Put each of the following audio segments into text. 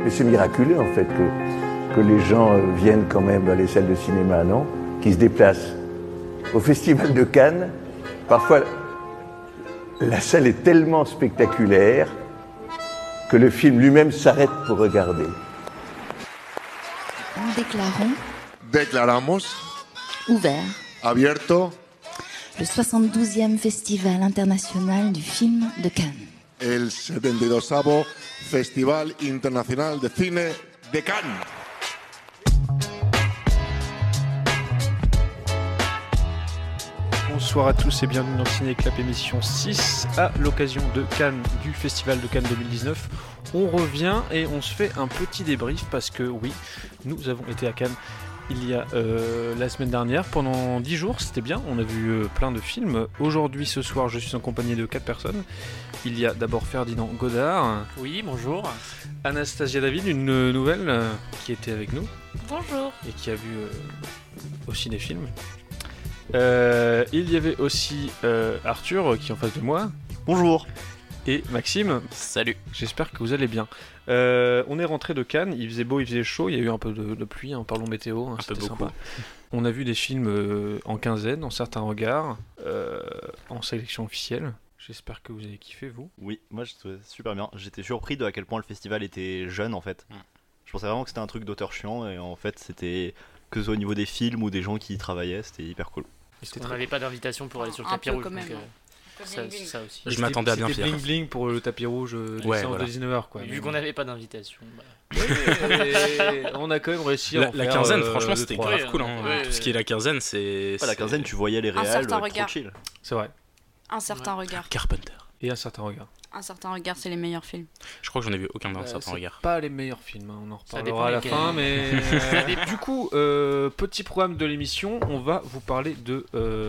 Mais c'est miraculeux en fait que les gens viennent quand même dans les salles de cinéma, non? Qui se déplacent. Au Festival de Cannes, parfois la salle est tellement spectaculaire que le film lui-même s'arrête pour regarder. Declaramos ouvert abierto le 72e Festival international du film de Cannes. el 72º Festival Internacional de Cine de Cannes. Bonsoir à tous et bienvenue dans Ciné Clap émission 6 à l'occasion de Cannes, du Festival de Cannes 2019. On revient et on se fait un petit débrief parce que oui, nous avons été à Cannes il y a la semaine dernière pendant 10 jours, c'était bien, on a vu plein de films. Aujourd'hui, ce soir, je suis en compagnie de 4 personnes. Il y a d'abord Ferdinand Godard. Oui, bonjour. Anastasia David, une nouvelle qui était avec nous. Bonjour. Et qui a vu aussi des films. Il y avait aussi Arthur qui est en face de moi. Bonjour. Et Maxime. Salut. J'espère que vous allez bien. On est rentré de Cannes, il faisait beau, il faisait chaud, il y a eu un peu de pluie, parlons météo, c'était sympa. On a vu des films en quinzaine, en certains regards, en sélection officielle. J'espère que vous avez kiffé, vous. Oui, moi je trouvais super bien. J'étais surpris de à quel point le festival était jeune en fait. Je pensais vraiment que c'était un truc d'auteur chiant et en fait c'était que ce soit au niveau des films ou des gens qui y travaillaient, c'était hyper cool. On n'avait pas d'invitation pour aller sur le tapis rouge. Quand même. Ça aussi. Je m'attendais à bien faire. C'était bling bling pour le tapis rouge de séance de 19h quoi. Vu qu'on n'avait pas d'invitation. On a quand même réussi à la quinzaine, franchement c'était grave cool. Tout ce qui est la quinzaine, c'est. La quinzaine, tu voyais les réals tranquille. C'est vrai. Un certain regard. Carpenter. Et un certain regard. Un certain regard, c'est les meilleurs films. Je crois que j'en ai vu aucun d'un certain regard. Pas les meilleurs films, on en reparlera à la fin, mais du coup, petit programme de l'émission, on va vous parler de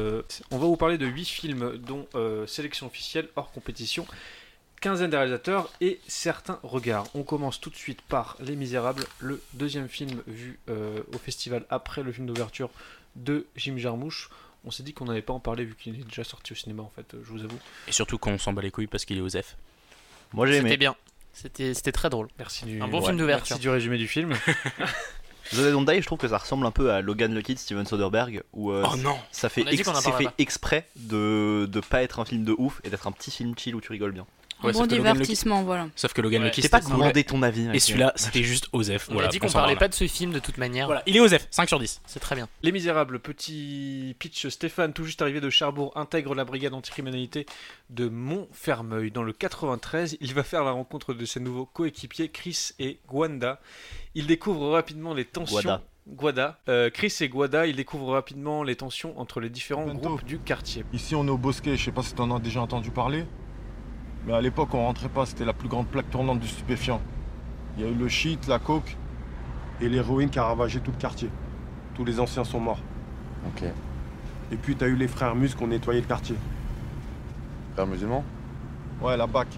8 films, dont sélection officielle hors compétition, quinzaine des réalisateurs et certains regards. On commence tout de suite par Les Misérables, le deuxième film vu au festival après le film d'ouverture de Jim Jarmusch. On s'est dit qu'on n'allait pas en parler vu qu'il est déjà sorti au cinéma en fait, je vous avoue. Et surtout qu'on s'en bat les couilles parce qu'il est OSEF. Moi j'ai aimé. C'était bien. C'était très drôle. Merci un bon film d'ouverture. Merci du résumé du film. The Dead Don't Die, je trouve que ça ressemble un peu à Logan Lucky de Steven Soderbergh où ça fait exprès de pas être un film de ouf et d'être un petit film chill où tu rigoles bien. Un bon divertissement, voilà. Sauf que Logan Lucky, j'ai pas demandé ton avis. Et celui-là, c'était juste OSEF. On a dit qu'on parlait pas de ce film de toute manière. Voilà, il est OSEF, 5 sur 10. C'est très bien. Les Misérables, petit pitch. Stéphane, tout juste arrivé de Cherbourg, intègre la brigade anticriminalité de Montfermeil. Dans le 93, il va faire la rencontre de ses nouveaux coéquipiers, Chris et Gwanda. Il découvre rapidement les tensions... Chris et Gwada, ils découvrent rapidement les tensions entre les différents groupes du quartier. Ici, on est au Bosquet, je sais pas si t'en as déjà entendu parler. Mais à l'époque, on rentrait pas, c'était la plus grande plaque tournante du stupéfiant. Il y a eu le shit, la coke et l'héroïne qui a ravagé tout le quartier. Tous les anciens sont morts. Ok. Et puis t'as eu les frères Mus qui ont nettoyé le quartier. Frères musulmans? Ouais, la BAC.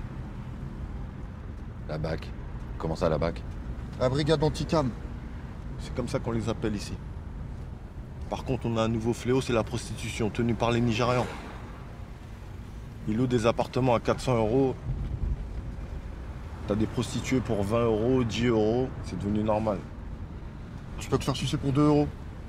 La BAC? Comment ça, la BAC? La brigade anti-cam. C'est comme ça qu'on les appelle ici. Par contre, on a un nouveau fléau, c'est la prostitution, tenue par les Nigérians. Ils louent des appartements à 400 €. T'as des prostituées pour 20 €, 10 €. C'est devenu normal. Tu peux te faire sucer pour 2 €.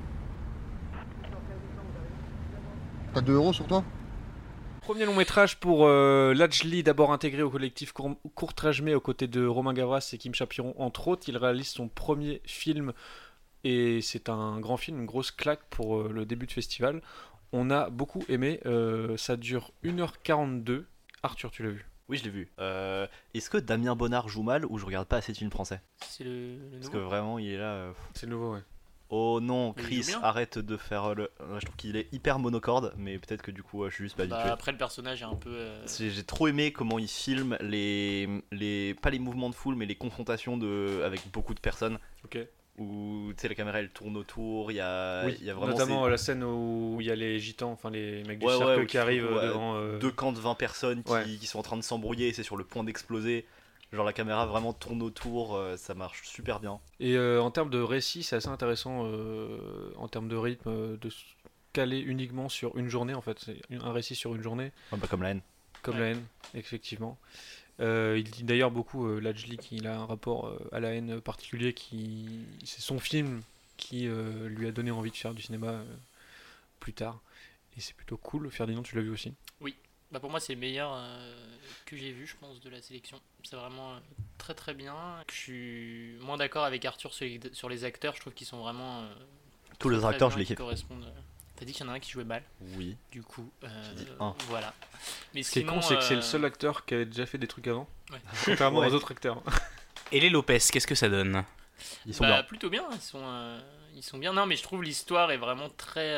T'as 2 € sur toi? Premier long métrage pour Lajli, d'abord intégré au collectif Courtrajmé aux côtés de Romain Gavras et Kim Chapiron entre autres. Il réalise son premier film et c'est un grand film, une grosse claque pour le début de festival. On a beaucoup aimé, ça dure 1h42. Arthur, tu l'as vu? Oui, je l'ai vu. Est-ce que Damien Bonnard joue mal ou je regarde pas assez de films français? C'est le nouveau. Parce que vraiment, il est là. C'est le nouveau, ouais. Oh non, Chris, arrête de faire le. Je trouve qu'il est hyper monocorde, mais peut-être que du coup, je suis juste pas habitué. Après, le personnage est un peu. J'ai trop aimé comment il filme pas les mouvements de foule, mais les confrontations avec beaucoup de personnes. Ok. Où tu sais la caméra elle tourne autour, il y a vraiment notamment la scène où il y a les gitans, enfin les mecs du cercle qui arrivent devant deux camps de 20 personnes qui sont en train de s'embrouiller et c'est sur le point d'exploser. Genre la caméra vraiment tourne autour, ça marche super bien. Et en termes de récit, c'est assez intéressant en termes de rythme de se caler uniquement sur une journée en fait, c'est un récit sur une journée. Comme La Haine. Comme La Haine, effectivement. Il dit d'ailleurs beaucoup, Lajli, qu'il a un rapport à la haine particulier, c'est son film qui lui a donné envie de faire du cinéma plus tard. Et c'est plutôt cool. Ferdinand, tu l'as vu aussi? Oui. Bah pour moi, c'est le meilleur que j'ai vu, je pense, de la sélection. C'est vraiment très très bien. Je suis moins d'accord avec Arthur sur les acteurs. Je trouve qu'ils sont vraiment... tous les acteurs, je les kiffe. T'as dit qu'il y en a un qui jouait mal? Oui. Du coup, dit un. voilà. Mais Ce qui est con, c'est que c'est le seul acteur qui avait déjà fait des trucs avant. Ouais. Contrairement aux autres acteurs. Et les Lopez, qu'est-ce que ça donne? Ils sont bien. Plutôt bien. Ils sont bien. Non, mais je trouve l'histoire est vraiment très...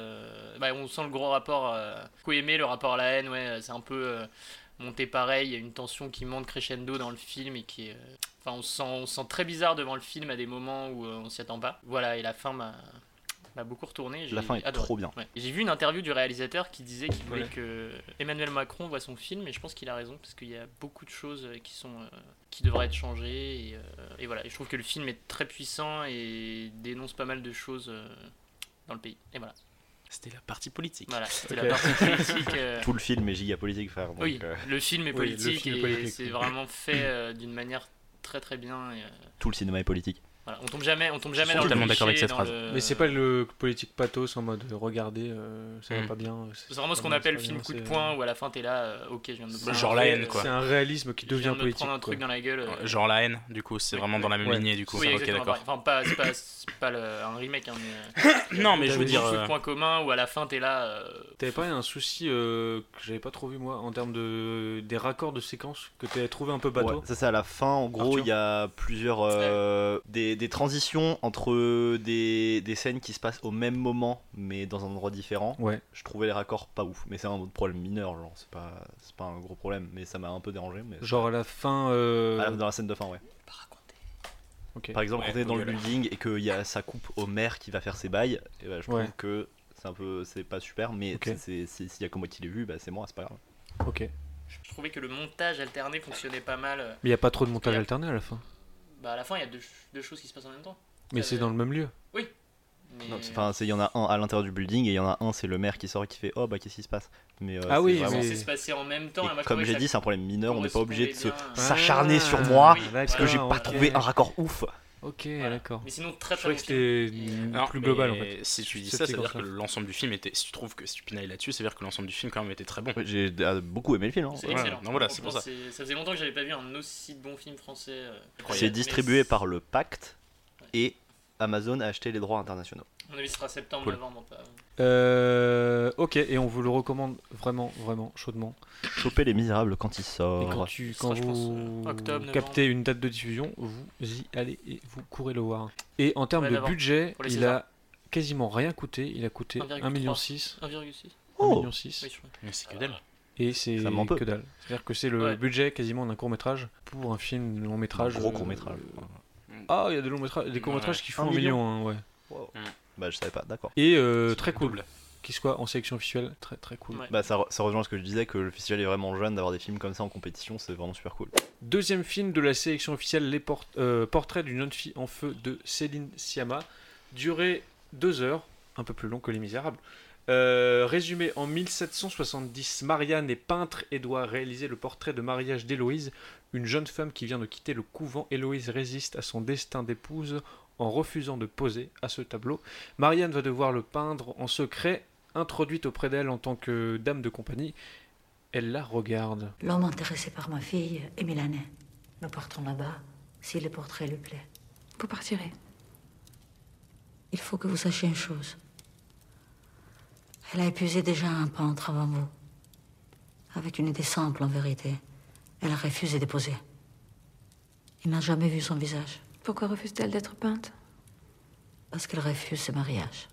on sent le gros rapport... aimé le rapport à la haine, ouais. C'est un peu monté pareil. Il y a une tension qui monte crescendo dans le film et qui est... on se sent très bizarre devant le film à des moments où on s'y attend pas. Voilà, et la fin m'a beaucoup retourné. La fin est trop bien. Ouais. J'ai vu une interview du réalisateur qui disait qu'il voulait que Emmanuel Macron voit son film, et je pense qu'il a raison, parce qu'il y a beaucoup de choses qui devraient être changées, et voilà. Et je trouve que le film est très puissant et dénonce pas mal de choses dans le pays. Et voilà. C'était la partie politique. Voilà, c'était la partie politique. Tout le film est giga politique, frère. Donc, oui, le film est politique, et c'est vraiment fait d'une manière très très bien. Tout le cinéma est politique. Voilà, on tombe jamais dans le cliché, d'accord avec cette phrase. Mais c'est pas le politique pathos en mode regardez, ça va pas bien. C'est vraiment ce qu'on appelle film coup de poing, où à la fin t'es là, ok, je viens de me prendre genre la haine, quoi. C'est un réalisme qui devient politique. Prendre un truc dans la gueule. Genre la haine, du coup, c'est vraiment dans la même lignée, du coup. Oui, ok, d'accord. Enfin, c'est pas un remake, hein, mais. Non, mais je veux dire. Coup de point commun, où à la fin t'es là. T'avais pas un souci que j'avais pas trop vu moi en termes des raccords de séquences que t'avais trouvé un peu bateau? Ouais, ça c'est à la fin. En gros, il y a plusieurs des transitions entre des scènes qui se passent au même moment mais dans un endroit différent. Ouais. Je trouvais les raccords pas ouf, mais c'est un problème mineur, genre c'est pas un gros problème, mais ça m'a un peu dérangé. Mais genre à la fin. Dans la scène de fin, ouais. Pas raconter. Okay. Par exemple, quand t'es dans le building et qu'il y a sa coupe au maire qui va faire ses bails, et je trouve que c'est pas super, mais s'il y a que moi qui l'ai vu, c'est moi, c'est pas grave. Ok. Je trouvais que le montage alterné fonctionnait pas mal. Mais il y a pas trop de montage alterné à la fin. À la fin, il y a deux choses qui se passent en même temps. Mais c'est dans le même lieu. Oui. Mais... il y en a un à l'intérieur du building et il y en a un, c'est le maire qui sort et qui fait oh bah qu'est-ce qui se passe. Mais oui, vraiment... c'est se passer en même temps. Et comme j'ai dit, c'est un problème mineur, on n'est pas obligé de s'acharner sur moi parce que j'ai pas trouvé un raccord ouf. Ok, d'accord. Mais sinon, très je croyais que c'était plus global en fait. Si tu dis ça, c'est-à-dire que l'ensemble du film était. Si tu trouves que si tu pinailles là-dessus, c'est-à-dire que l'ensemble du film quand même était très bon. J'ai beaucoup aimé le film. C'est excellent. Non, voilà, c'est pour ça. Ça faisait longtemps que j'avais pas vu un aussi bon film français. C'est distribué par le Pacte et Amazon a acheté les droits internationaux. À mon avis, ce sera septembre-novembre. Ok, et on vous le recommande vraiment, vraiment chaudement. Choper Les Misérables quand il sort. Et quand vous captez une date de diffusion, vous y allez et vous courez le voir. Et en termes de budget, il a quasiment rien coûté. Il a coûté 1,6 million. 1,6 million. Mais c'est que dalle. Et c'est que dalle. C'est-à-dire que c'est le budget quasiment d'un court-métrage pour un film long-métrage. Un gros court-métrage. Ah, il y a des courts-métrages qui font 1 million, ouais. Wow. Bah je savais pas, d'accord. Et très cool. Qu'il soit en sélection visuelle, très très cool. Ouais. Bah ça rejoint ce que je disais, que le festival est vraiment jeune, d'avoir des films comme ça en compétition, c'est vraiment super cool. Deuxième film de la sélection officielle, les Portraits d'une jeune fille en feu de Céline Sciamma. Durée 2 heures, un peu plus long que Les Misérables. Résumé, en 1770, Marianne est peintre et doit réaliser le portrait de mariage d'Héloïse, une jeune femme qui vient de quitter le couvent. Héloïse résiste à son destin d'épouse en refusant de poser à ce tableau. Marianne va devoir le peindre en secret. Introduite auprès d'elle en tant que dame de compagnie, elle la regarde. L'homme intéressé par ma fille est milanais. Nous partons là-bas si le portrait lui plaît. Vous partirez. Il faut que vous sachiez une chose. Elle a épuisé déjà un peintre avant vous. Avec une idée simple, en vérité. Elle a refusé de poser. Il n'a jamais vu son visage. Pourquoi refuse-t-elle d'être peinte? Parce qu'elle refuse ce mariage.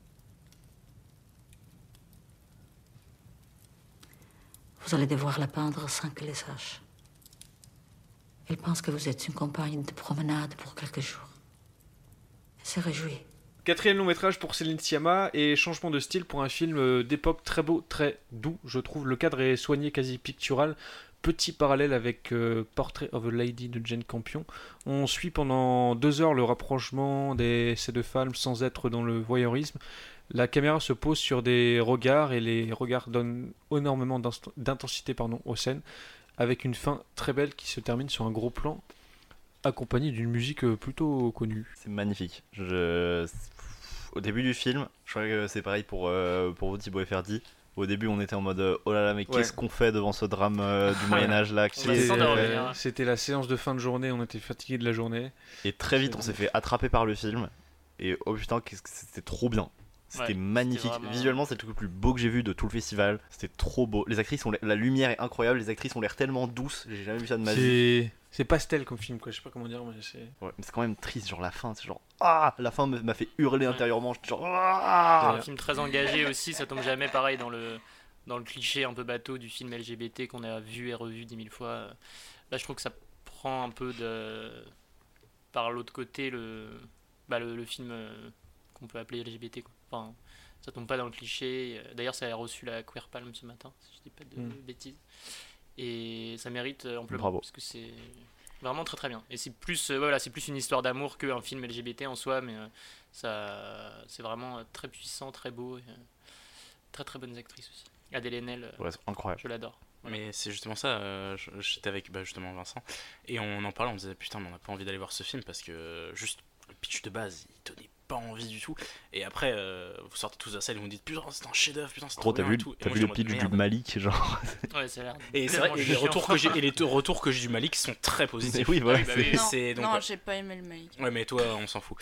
Vous allez devoir la peindre sans qu'elle le sache. Elle pense que vous êtes une compagne de promenade pour quelques jours. Elle se réjouit. 4e long métrage pour Céline Sciamma et changement de style pour un film d'époque très beau, très doux. Je trouve le cadre est soigné, quasi pictural. Petit parallèle avec Portrait of a Lady de Jane Campion. On suit pendant 2 heures le rapprochement de ces deux femmes sans être dans le voyeurisme. La caméra se pose sur des regards et les regards donnent énormément d'intensité aux scènes. avec une fin très belle qui se termine sur un gros plan accompagné d'une musique plutôt connue. C'est magnifique. Au début du film, je crois que c'est pareil pour vous, Thibaut et Ferdi. Au début, on était en mode oh là là, mais qu'est-ce qu'on fait devant ce drame du Moyen-Âge là C'était la séance de fin de journée, on était fatigué de la journée. Et très vite, on s'est fait attraper par le film. Et oh putain, c'était trop bien. C'était magnifique. Vraiment... Visuellement, c'est le truc le plus beau que j'ai vu de tout le festival. C'était trop beau. Les actrices la lumière est incroyable. Les actrices ont l'air tellement douces. J'ai jamais vu ça de ma vie. C'est pastel comme film, quoi. Je sais pas comment dire, mais c'est. Ouais, mais c'est quand même triste, genre la fin. C'est genre la fin m'a fait hurler intérieurement. J'étais genre C'est un film très engagé aussi. Ça tombe jamais pareil dans le cliché un peu bateau du film LGBT qu'on a vu et revu 10 000 fois. Là, je trouve que ça prend un peu par l'autre côté le film qu'on peut appeler LGBT, quoi. Enfin, ça tombe pas dans le cliché. D'ailleurs, ça a reçu la Queer Palm ce matin, si je dis pas de bêtises. Et ça mérite amplement. Bravo. Parce que c'est vraiment très très bien. Et c'est plus une histoire d'amour qu'un film LGBT en soi, mais c'est vraiment très puissant, très beau. Et, très très bonnes actrices aussi. Adèle Haenel, incroyable. Je l'adore. Voilà. Mais c'est justement ça, j'étais avec justement Vincent, et on en parlait, on disait putain, mais on n'a pas envie d'aller voir ce film parce que juste le pitch de base, il donnait pas envie du tout. Et après, vous sortez tous de la salle et vous me dites putain, c'est un chef-d'œuvre, putain, c'est trop bien et tout. T'as vu le pitch du Malik, genre. Ouais, c'est l'air. Et c'est vrai, et les retours que j'ai du Malik sont très positifs. Oui, voilà. Non, j'ai pas aimé le Malik. Ouais, mais toi, on s'en fout.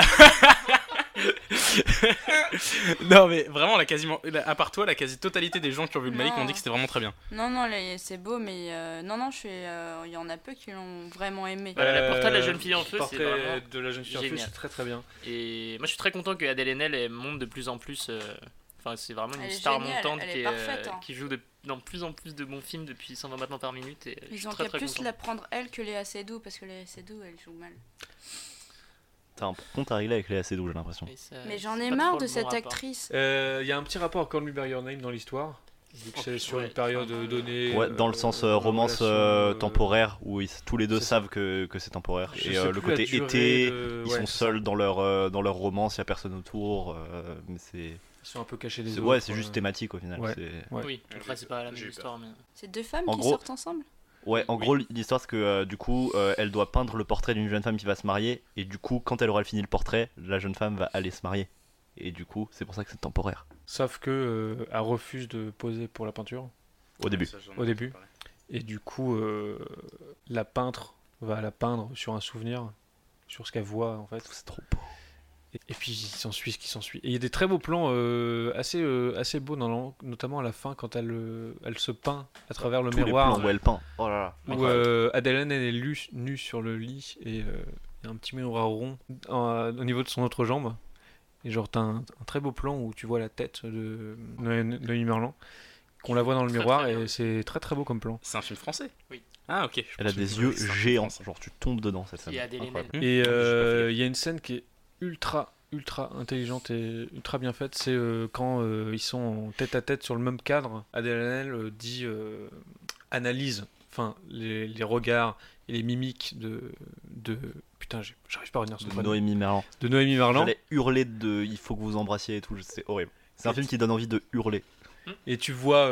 Non, mais vraiment, à part toi, la quasi-totalité des gens qui ont vu le Malik ont dit que c'était vraiment très bien. Non, c'est beau, mais il y en a peu qui l'ont vraiment aimé. La portrait de la jeune fille en feu, c'est vraiment de la jeune fille en feu, c'est très très bien. Et moi, je suis très content que Adèle Haenel elle monte de plus en plus. Enfin, c'est vraiment une star montante qui joue dans plus en plus de bons films depuis 120 battements par minute. Et ils ont qu'à plus la prendre elle que Léa Seydoux, parce que Léa Seydoux, elle joue mal. T'as un compte à régler avec Léa Seydoux, j'ai l'impression. Mais j'en ai marre de cette actrice. Il y a un petit rapport à Call Me By Your Name dans l'histoire. Vu que c'est sur une période donnée. Ouais, dans le sens romance temporaire, où tous les deux savent que c'est temporaire. Et le côté été, ils sont seuls dans leur romance, il n'y a personne autour. Mais c'est... Ils sont un peu cachés des autres. Ouais, c'est juste thématique au final. Oui, après c'est pas la même histoire. Mais... C'est deux femmes qui sortent ensemble. Ouais, en gros, l'histoire c'est que du coup, elle doit peindre le portrait d'une jeune femme qui va se marier. Et du coup, quand elle aura fini le portrait, la jeune femme va aller se marier. Et du coup, c'est pour ça que c'est temporaire. Sauf que elle refuse de poser pour la peinture. Au début. Et du coup, la peintre va la peindre sur un souvenir, sur ce qu'elle voit en fait. C'est trop beau. Et puis il s'ensuit ce qui s'ensuit. Et il y a des très beaux plans assez beaux, notamment à la fin quand elle se peint à travers le miroir. Les plans où elle peint. Oh là là. Où Adèle Haenel est nue sur le lit et il y a un petit miroir rond au niveau de son autre jambe. Et genre t'as un très beau plan où tu vois la tête de Noémie Merlan, qu'on la voit dans le miroir et c'est très très beau comme plan. C'est un film français ? Oui. Ah ok. Elle a des yeux géants, genre tu tombes dedans cette scène. Et il y a une scène qui est ultra intelligente et ultra bien faite, c'est quand ils sont en tête à tête sur le même cadre. Adèle Haenel analyse les regards et les mimiques de putain, j'arrive pas à retenir son prénom. Noémie Merlan. De Noémie Merlan. J'allais hurler il faut que vous embrassiez et tout, c'est horrible. C'est un film qui donne envie de hurler. Et tu vois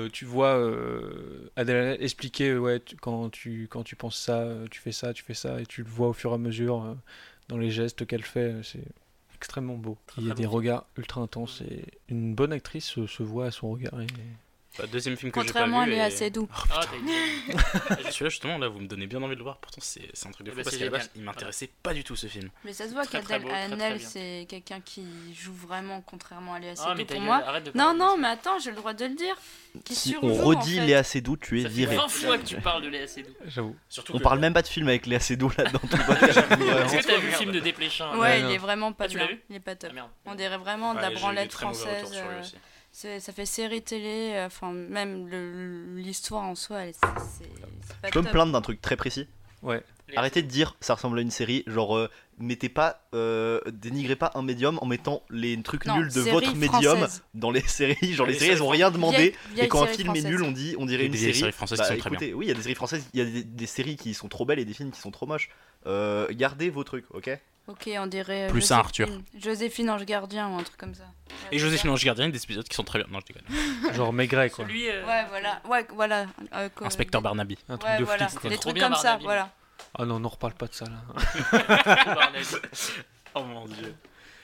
Adèle Haenel expliquer quand tu penses ça, tu fais ça et tu le vois au fur et à mesure dans les gestes qu'elle fait, c'est extrêmement beau. Il y a des regards ultra intenses et une bonne actrice se voit à son regard. Deuxième film que j'ai pas vu. Contrairement à Léa Seydoux. Celui-là justement, là vous me donnez bien envie de le voir. Pourtant c'est un truc de fou parce qu'à la base il m'intéressait pas du tout ce film. Mais ça se voit qu'Adèle Haenel c'est quelqu'un qui joue vraiment, contrairement à Léa Seydoux pour moi. Non, mais attends, j'ai le droit de le dire. Si on redit Léa Seydoux, tu es viré. Ça fait 20 fois que tu parles de Léa Seydoux. J'avoue. On parle même pas de film avec Léa Seydoux là-dedans. Est-ce que t'as vu le film de Desplechin ? Ouais, il est vraiment pas bien. Il est pas top. On dirait vraiment de la branlette française. Ça fait série télé, enfin même l'histoire en soi, c'est pas Je peux me plaindre d'un truc très précis. Ouais. Arrêtez de dire ça ressemble à une série, genre mettez pas, dénigrez pas un médium en mettant les trucs nuls de votre médium dans les séries. Genre les séries elles ont rien demandé et quand un film est nul on dirait une série. Il y a des séries françaises qui sont très bien. Oui, il y a des séries françaises, il y a des séries qui sont trop belles et des films qui sont trop moches. Gardez vos trucs, ok ? Ok, on dirait. Plus un Arthur. Joséphine Ange Gardien ou un truc comme ça. Et Joséphine Ange Gardien, des épisodes qui sont très bien. Non, je déconne. Genre Maigret, quoi. Celui, Ouais, voilà. Inspecteur Barnaby. Un truc de flic, quoi. Des trucs comme ça, voilà. Ah non, on reparle pas de ça là. Oh mon dieu.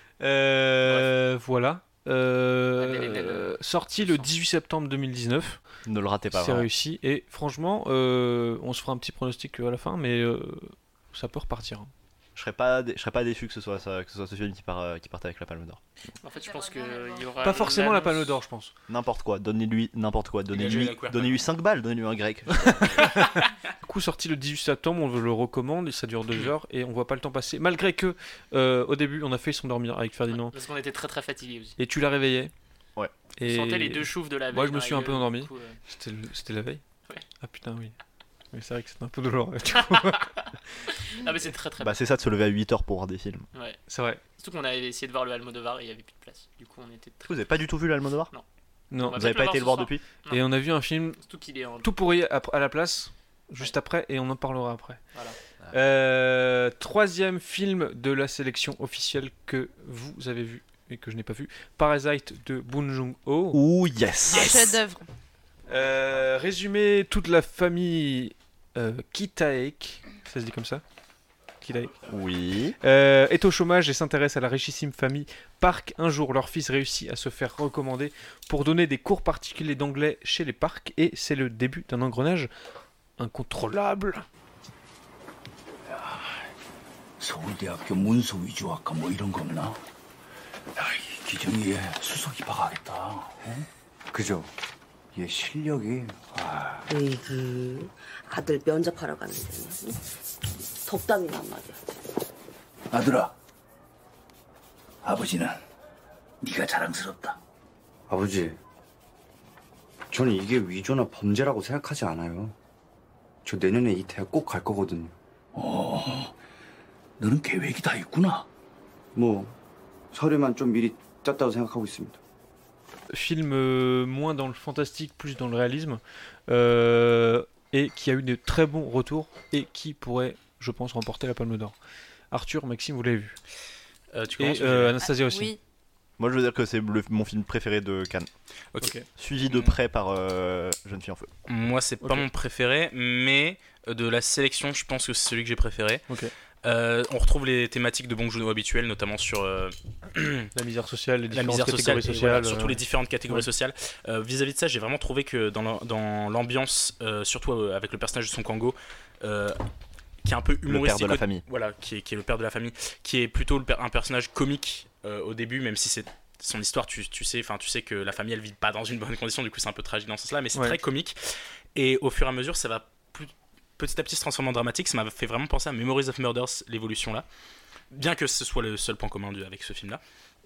Voilà. Sorti le 18 septembre 2019. Ne le ratez pas. C'est réussi. Et franchement, on se fera un petit pronostic à la fin, mais ça peut repartir. Je serais pas déçu que ce soit ce film qui parte avec la Palme d'Or. En fait, je pense qu'il y aura. Pas forcément la Palme d'Or, je pense. N'importe quoi, donnez-lui n'importe quoi. Donnez-lui 5 balles, donnez-lui un grec. Du coup, sorti le 18 septembre, on le recommande et ça dure 2 heures et on voit pas le temps passer. Malgré que au début, on a failli s'endormir avec Ferdinand. Parce qu'on était très très fatigués aussi. Et tu l'as réveillé. Ouais. Et... On sentait les deux choufs de la veille. Moi, je me suis un peu endormi. Coup, C'était la veille. Ouais. Ah putain, oui. Mais c'est vrai que c'est un peu douloureux. Ah, mais c'est très très bien. C'est ça de se lever à 8h pour voir des films. Ouais. C'est vrai. Surtout qu'on avait essayé de voir le Almodovar et il n'y avait plus de place. Du coup, on était très... Vous avez pas du tout vu l'Almodovar ? Non. Vous avez pas été le voir depuis ? Et on a vu un film tout pourri à la place, juste après, et on en parlera après. Voilà. Troisième film de la sélection officielle que vous avez vu et que je n'ai pas vu, Parasite de Bong Joon-ho. Ouh yes. Un chef-d'œuvre. Résumé, toute la famille Kitaek, ça se dit comme ça ? Kitaek. Oui. Est au chômage et s'intéresse à la richissime famille Park. Un jour, leur fils réussit à se faire recommander pour donner des cours particuliers d'anglais chez les Park et c'est le début d'un engrenage incontrôlable. 서울대학교 문서 위조학과 뭐 이런 거 없나? 야, 이 기정이에 수석 입학하겠다. 어? 그죠? 얘 실력이. 으이그 아들 면접하러 갔는데 덕담이란 말이야. 아들아, 아버지는 네가 자랑스럽다. 아버지, 저는 이게 위조나 범죄라고 생각하지 않아요. 저 내년에 이 대학 꼭 갈 거거든요. 너는 계획이 다 있구나. 뭐 서류만 좀 미리 짰다고 생각하고 있습니다. Film moins dans le fantastique, plus dans le réalisme, et qui a eu de très bons retours et qui pourrait, je pense, remporter la Palme d'Or. Arthur, Maxime, vous l'avez vu. Et Anastasia aussi. Oui. Moi, je veux dire que c'est mon film préféré de Cannes. Ok. Suivi de près par Jeune fille en feu. Moi, c'est pas mon préféré, mais de la sélection, je pense que c'est celui que j'ai préféré. On retrouve les thématiques de Bong Joon-ho habituelles, notamment sur la misère sociale, les différentes catégories sociales, voilà, surtout les différentes catégories sociales. Vis-à-vis de ça, j'ai vraiment trouvé que dans l'ambiance, surtout avec le personnage de Song Kang-ho, qui est un peu humoristique, le père de la famille. Voilà, qui est le père de la famille, qui est plutôt un personnage comique au début, même si c'est son histoire, tu sais que la famille elle vit pas dans une bonne condition, du coup c'est un peu tragique dans ce sens-là, mais c'est très comique. Et au fur et à mesure, ça va petit à petit se transformer en dramatique. Ça m'a fait vraiment penser à Memories of Murders, l'évolution là, bien que ce soit le seul point commun avec ce film là.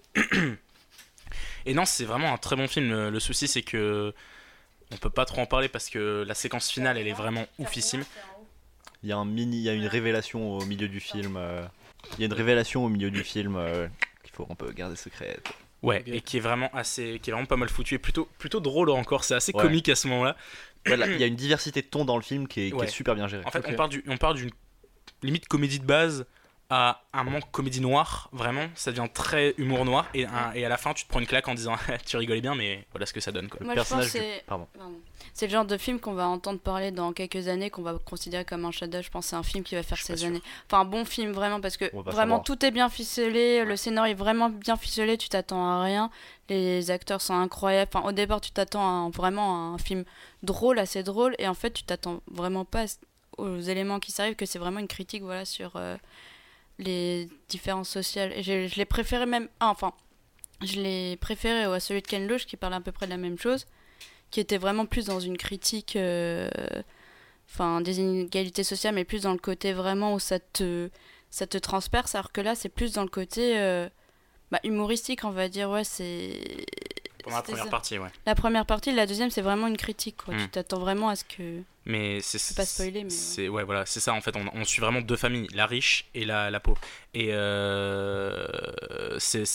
Et non, c'est vraiment un très bon film. Le souci c'est que on peut pas trop en parler parce que la séquence finale elle est vraiment oufissime. Il y a une révélation au milieu du film. Il y a une révélation au milieu du film qu'il faut un peu garder secrète. Ouais, et qui est vraiment pas mal foutu et plutôt drôle encore. C'est assez comique à ce moment-là. Voilà, il y a une diversité de tons dans le film qui est super bien gérée. En fait, on part d'une limite comédie de base à un manque comédie noire, vraiment, ça devient très humour noir et à la fin tu te prends une claque en disant tu rigolais bien mais voilà ce que ça donne quoi. Moi, je pense c'est le genre de film qu'on va entendre parler dans quelques années, qu'on va considérer comme un chef-d'œuvre. Je pense que c'est un film qui va faire ses années. Enfin un bon film vraiment parce que vraiment tout est bien ficelé, le scénario est vraiment bien ficelé, tu t'attends à rien, les acteurs sont incroyables. Enfin, au départ tu t'attends vraiment à un film drôle, assez drôle, et en fait tu t'attends vraiment pas aux éléments qui s'arrivent, que c'est vraiment une critique voilà sur les différences sociales. Et je l'ai préféré même je l'ai préféré à celui de Ken Loach qui parle à peu près de la même chose, qui était vraiment plus dans une critique des inégalités sociales, mais plus dans le côté vraiment où ça te transperce, alors que là c'est plus dans le côté humoristique, on va dire. C'est pendant la première partie, ouais. La première partie, la deuxième c'est vraiment une critique quoi. Tu t'attends vraiment à ce que... Mais c'est pas spoiler, mais voilà, c'est ça en fait. On suit vraiment deux familles, la riche et la pauvre. Et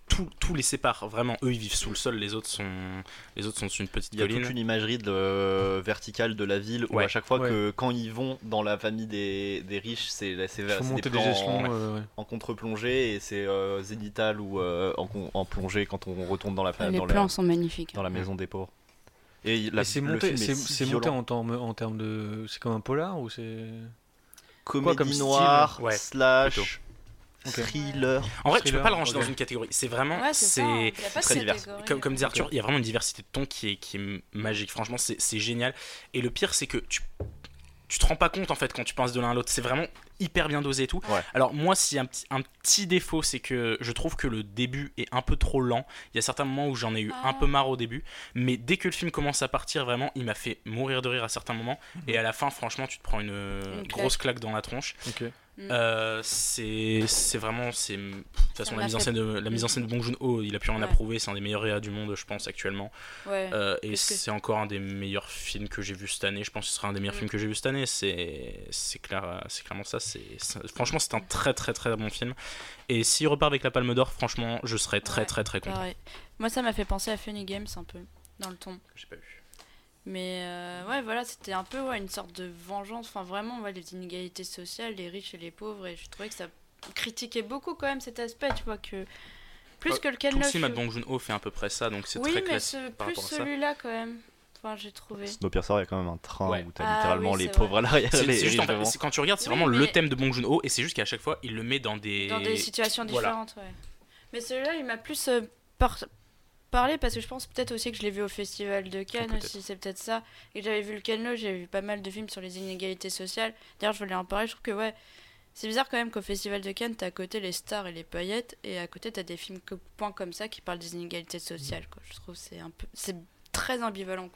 tout les sépare vraiment. Eux ils vivent sous le sol, les autres sont sur une petite colline. Il y a toute une imagerie verticale de la ville où à chaque fois que quand ils vont dans la famille des riches, c'est des plans en contre-plongée et c'est zénithal ou en plongée quand on retourne dans la les plans sont magnifiques dans la maison des pauvres. Et c'est monté en termes de, c'est comme un polar ou c'est comédie noire slash thriller. En vrai, tu peux pas le ranger dans une catégorie. C'est vraiment, c'est très divers. Comme disait Arthur, il y a vraiment une diversité de tons qui est magique. Franchement, c'est génial. Et le pire, c'est que tu te rends pas compte en fait quand tu penses de l'un à l'autre. C'est vraiment hyper bien dosé et tout. Alors moi, si un petit défaut, c'est que je trouve que le début est un peu trop lent. Il y a certains moments où j'en ai eu un peu marre au début, mais dès que le film commence à partir, vraiment, il m'a fait mourir de rire à certains moments. Et à la fin, franchement, tu te prends une grosse claque dans la tronche. C'est vraiment, de toute façon la mise en scène de Bong Joon-ho, il a plus rien à prouver, c'est un des meilleurs réals du monde je pense actuellement, et c'est encore un des meilleurs films que j'ai vu cette année. Je pense que ce sera un des meilleurs films que j'ai vu cette année. C'est clairement ça. Franchement c'est un très très très bon film, et s'il repart avec la Palme d'Or, franchement je serais très très très content. Moi ça m'a fait penser à Funny Games un peu dans le ton. J'ai pas vu. Mais voilà, c'était un peu une sorte de vengeance, enfin vraiment les inégalités sociales, les riches et les pauvres, et je trouvais que ça critiquait beaucoup quand même cet aspect, tu vois, que plus que le Ken Loach. Tout le film de Bong Joon-ho fait à peu près ça, donc c'est très classique par rapport à ça. Oui, mais celui-là quand même, enfin j'ai trouvé. Snowpiercer, il y a quand même un train où t'as littéralement les pauvres à l'arrière. C'est juste, en fait, quand tu regardes, c'est vraiment le thème de Bong Joon-ho, et c'est juste qu'à chaque fois, il le met dans des situations différentes, Mais celui-là, il m'a plus parler parce que je pense peut-être aussi que je l'ai vu au Festival de Cannes aussi, c'est peut-être ça, et que j'avais vu le Ken Loach, j'avais vu pas mal de films sur les inégalités sociales. D'ailleurs je voulais en parler, je trouve que c'est bizarre quand même qu'au Festival de Cannes t'as à côté les stars et les paillettes, et à côté t'as des films points comme ça qui parlent des inégalités sociales, quoi. Je trouve que c'est très ambivalent,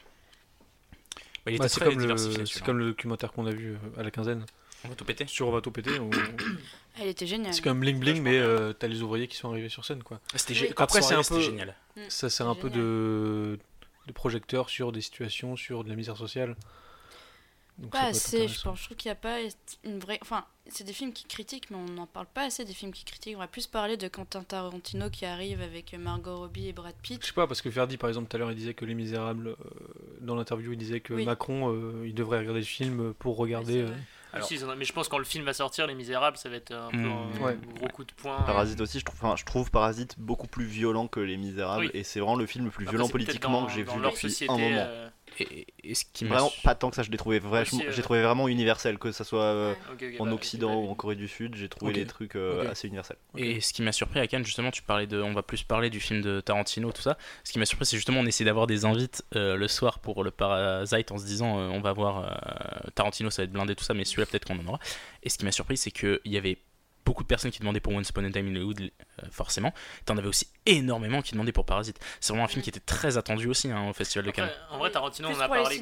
quoi. C'est comme le documentaire qu'on a vu à la quinzaine. On va tout péter. Sur On va tout péter. Elle était géniale. C'est comme Bling Bling, mais t'as les ouvriers qui sont arrivés sur scène, quoi. Après, c'est un peu génial. Ça sert un peu de projecteur sur des situations, sur de la misère sociale. Donc pas assez, je trouve qu'il n'y a pas une vraie. Enfin, c'est des films qui critiquent, mais on n'en parle pas assez des films qui critiquent. On va plus parler de Quentin Tarantino qui arrive avec Margot Robbie et Brad Pitt. Je sais pas, parce que Ferdi, par exemple, tout à l'heure, il disait que Les Misérables, dans l'interview, il disait que Macron, il devrait regarder le film pour regarder. Alors, mais je pense que quand le film va sortir, Les Misérables, ça va être un peu un gros coup de poing. Parasite aussi, je trouve Parasite beaucoup plus violent que Les Misérables, et c'est vraiment le film le plus violent politiquement que j'ai vu depuis un moment. Et ce qui vraiment pas tant que ça, je l'ai trouvé vraiment universel, que ça soit en Occident ou en Corée du Sud, j'ai trouvé les trucs assez universels. Et ce qui m'a surpris à Cannes, justement, on va plus parler du film de Tarantino, tout ça. Ce qui m'a surpris, c'est justement on essaie d'avoir des invites le soir pour le Parasite en se disant on va voir Tarantino, ça va être blindé, tout ça, mais celui-là peut-être qu'on en aura. Et ce qui m'a surpris, c'est qu'il y avait beaucoup de personnes qui demandaient pour Once Upon a Time in Hollywood, forcément. T'en avais aussi énormément qui demandaient pour Parasite. C'est vraiment un film qui était très attendu aussi au Festival de Cannes. En vrai, Tarantino, on a parlé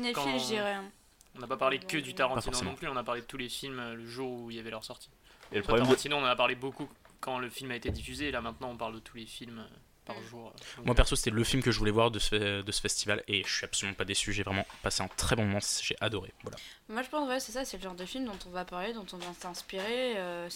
on n'a pas parlé que du Tarantino non plus, on a parlé de tous les films le jour où il y avait leur sortie. Et le problème Tarantino, on en a parlé beaucoup quand le film a été diffusé, et là maintenant on parle de tous les films par jour. Moi perso, c'était le film que je voulais voir de ce festival, et je suis absolument pas déçu. J'ai vraiment passé un très bon moment, j'ai adoré. Voilà. Moi je pense c'est ça, c'est le genre de film dont on va parler, dont on va s'inspirer.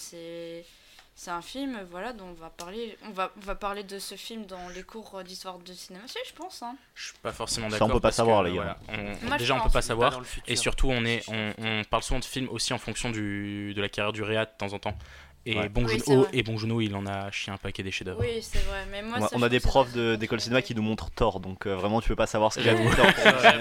C'est un film, dont on va parler. On va parler de ce film dans les cours d'histoire de cinéma, je pense. Je suis pas forcément d'accord. Ça, on peut pas savoir, les gars. Déjà, on peut pas savoir. Et surtout, on parle souvent de films aussi en fonction de la carrière du réal de temps en temps. Et Bong Joon-ho, il en a chié un paquet des chefs-d'œuvre. Oui, c'est vrai. Mais moi, on a des profs d'école cinéma qui nous montrent Thor, donc vraiment, tu peux pas savoir ce qu'il y a vu Thor.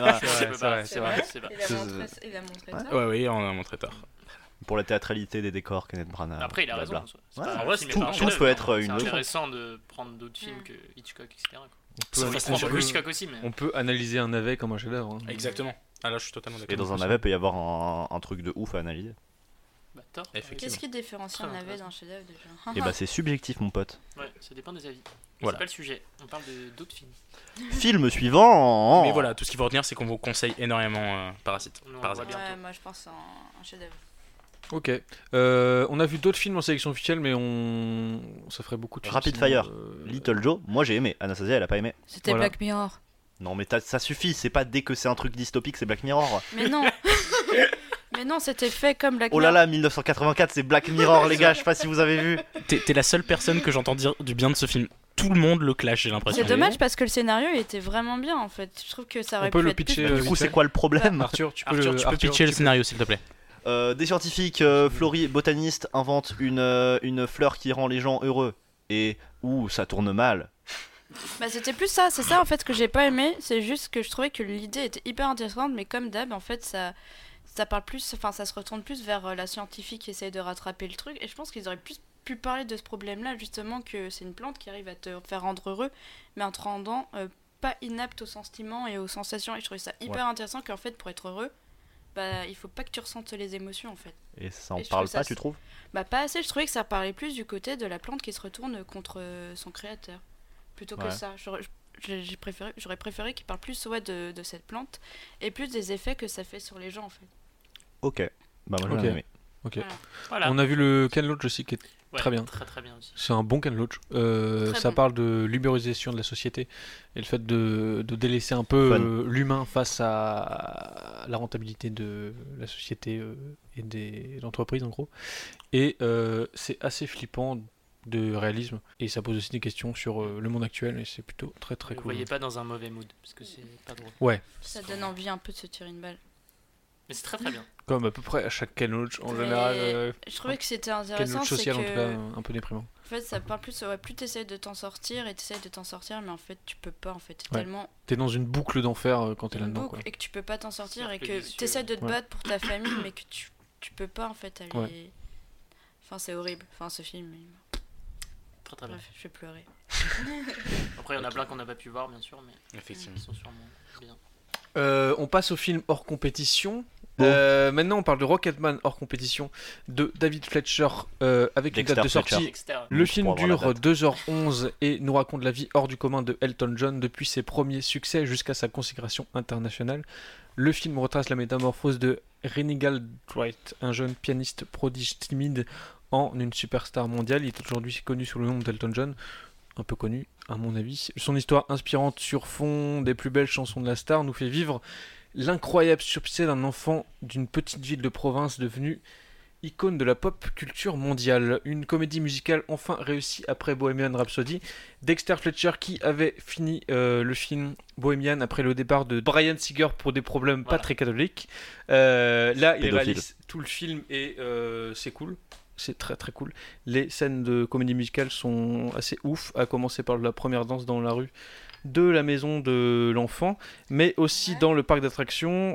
C'est vrai. Il a montré Thor. Oui, on a montré Thor. Pour la théâtralité des décors, Kenneth Branagh. Après, il a raison. En vrai, tout peut être une leçon. C'est intéressant de prendre d'autres films que Hitchcock, etc. Hitchcock aussi, mais... On peut analyser un navet comme un chef-d'œuvre. Exactement. Ah là, je suis totalement d'accord. Et dans un navet, peut y avoir un truc de ouf à analyser. Qu'est-ce qui différencie un navet d'un chef-d'œuvre déjà? Et c'est subjectif, mon pote. Ouais, ça dépend des avis. Voilà. C'est pas le sujet. On parle d'autres films. Film suivant. Mais voilà, tout ce qu'il faut retenir, c'est qu'on vous conseille énormément Parasite. Ouais, moi je pense un chef-d'œuvre. Ok. On a vu d'autres films en sélection officielle, mais ça ferait beaucoup de films. Rapid Fire, Little Joe, moi j'ai aimé. Anastasia, elle a pas aimé. C'était Black Mirror. Non, mais ça suffit, c'est pas dès que c'est un truc dystopique, c'est Black Mirror. Mais non. Mais non, c'était fait comme Black Mirror. Oh là là, 1984, c'est Black Mirror, les gars, je sais pas si vous avez vu. T'es la seule personne que j'entends dire du bien de ce film. tout le monde le clash, j'ai l'impression. C'est dommage parce que le scénario il était vraiment bien en fait. Je trouve que ça aurait pu le être pitcher. plus... Du coup, c'est quoi le problème? Arthur, tu peux pitcher le scénario, s'il te plaît. Des scientifiques botanistes inventent une fleur qui rend les gens heureux. Et ça tourne mal. Bah c'était plus ça, c'est ça en fait que j'ai pas aimé. C'est juste que je trouvais que l'idée était hyper intéressante, mais comme d'hab en fait ça parle plus, enfin ça se retourne plus vers la scientifique qui essaye de rattraper le truc. Et je pense qu'ils auraient plus pu parler de ce problème-là justement, que c'est une plante qui arrive à te faire rendre heureux, mais en te rendant pas inapte aux sentiments et aux sensations. Et je trouvais ça hyper intéressant qu'en fait pour être heureux, bah il faut pas que tu ressentes les émotions en fait. Et ça en parle pas, tu trouves? Bah pas assez. Je trouvais que ça parlait plus du côté de la plante qui se retourne contre son créateur. Plutôt que ça, j'aurais préféré qu'il parle plus de cette plante et plus des effets que ça fait sur les gens en fait. Ok, bah moi j'ai aimé. Ok. Voilà. On a vu le Ken Loach aussi qui est très bien. Très bien aussi. C'est un bon Ken Loach. Ça parle de l'ubérisation de la société et le fait de délaisser un peu l'humain face à la rentabilité de la société et des entreprises en gros. Et c'est assez flippant de réalisme et ça pose aussi des questions sur le monde actuel et c'est plutôt très très cool. Vous voyez pas dans un mauvais mood parce que c'est pas drôle. Ouais. Ça donne envie un peu de se tirer une balle. Mais c'est très très bien. Comme à peu près à chaque Ken Loach en général. Je trouvais que c'était intéressant. Ken Loach social c'est en tout cas un peu déprimant. En fait ça parle plus, plus t'essayes de t'en sortir mais en fait tu peux pas en fait. Tellement... T'es dans une boucle d'enfer quand t'es là-dedans. Et que tu peux pas t'en sortir et que t'essayes de te battre pour ta famille mais que tu peux pas en fait aller... Ouais. Enfin c'est horrible, ce film... Très bien. Bref, je vais pleurer. Après, il y en a plein qu'on n'a pas pu voir, bien sûr, mais effectivement, ils sont sûrement bien. On passe au film hors compétition. Maintenant, on parle de Rocketman hors compétition de David Fletcher avec une date de sortie. Le film dure 2h11 et nous raconte la vie hors du commun de Elton John depuis ses premiers succès jusqu'à sa consécration internationale. Le film retrace la métamorphose de Rennie Galbraith, un jeune pianiste prodige timide, en une superstar mondiale. Il est aujourd'hui connu sous le nom d'Elton John, un peu connu à mon avis. Son histoire inspirante sur fond des plus belles chansons de la star nous fait vivre l'incroyable succès d'un enfant d'une petite ville de province devenue icône de la pop culture mondiale. Une comédie musicale enfin réussie après Bohemian Rhapsody. Dexter Fletcher, qui avait fini le film Bohemian après le départ de Bryan Singer pour des problèmes pas très catholiques. Là, il réalise tout le film et c'est cool. C'est très très cool. Les scènes de comédie musicale sont assez ouf, à commencer par la première danse dans la rue de la maison de l'enfant, mais aussi dans le parc d'attractions.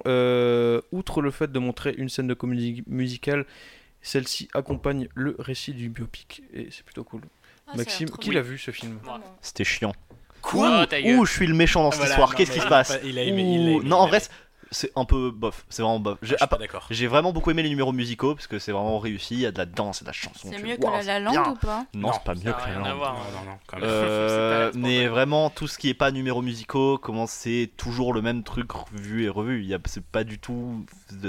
Outre le fait de montrer une scène de comédie musicale, celle-ci accompagne le récit du biopic et c'est plutôt cool. Maxime, qui l'a vu ce film? C'était chiant. Quoi? Ouh, je suis le méchant dans cette histoire. Qu'est-ce qui se passe? Il a aimé. Non, en vrai, c'est un peu bof. C'est vraiment bof. Je suis pas d'accord. J'ai vraiment beaucoup aimé les numéros musicaux parce que c'est vraiment réussi. Il y a de la danse et de la chanson. C'est mieux que La La Land ou pas? Non, c'est pas mieux que La La Land. Non, quand même. Mais vraiment, tout ce qui est pas numéros musicaux, comment c'est toujours le même truc vu et revu. C'est pas du tout.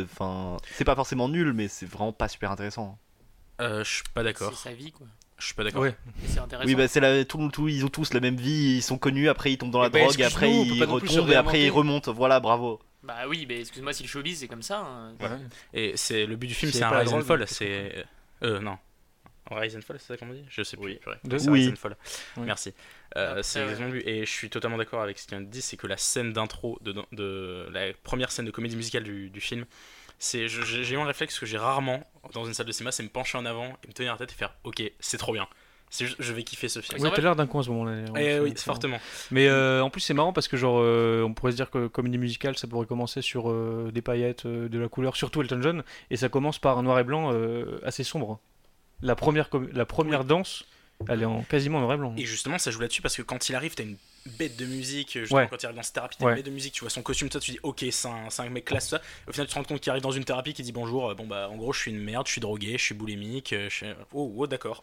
C'est pas forcément nul, mais c'est vraiment pas super intéressant. Je suis pas d'accord. C'est sa vie quoi. Je suis pas d'accord. Ouais. C'est intéressant. Oui, bah c'est ils ont tous la même vie, ils sont connus, après ils tombent dans la drogue, après ils retombent et après ils remontent. Voilà, bravo. Bah oui, mais excuse-moi si le showbiz c'est comme ça. Hein. Ouais. Et c'est le but du film, c'est un Rise and Fall. C'est non. Rise and Fall, c'est ça qu'on dit? Je sais plus. Oui. Rise and Fall. Oui. Merci. C'est exactement lui. Et je suis totalement d'accord avec ce qu'il vient de dire, c'est que la scène d'intro de la première scène de comédie musicale du film. J'ai eu un réflexe que j'ai rarement dans une salle de cinéma, c'est me pencher en avant et me tenir la tête et faire ok, c'est trop bien. Je vais kiffer ce film. Ouais, t'as l'air d'un con à ce moment-là. Oui, fortement. Mais en plus, c'est marrant parce que, genre, on pourrait se dire que comédie musicale, ça pourrait commencer sur des paillettes, de la couleur, surtout Elton John, et ça commence par un noir et blanc assez sombre. La première danse, elle est quasiment en noir et blanc. Et justement, ça joue là-dessus parce que quand il arrive, t'as une bête de musique. Justement, quand il arrive dans cette thérapie, t'as une bête de musique, tu vois son costume, toi, tu dis ok, c'est un mec classe, ça. Au final, tu te rends compte qu'il arrive dans une thérapie qui dit bonjour, bon bah en gros, je suis une merde, je suis drogué, je suis boulimique, oh d'accord.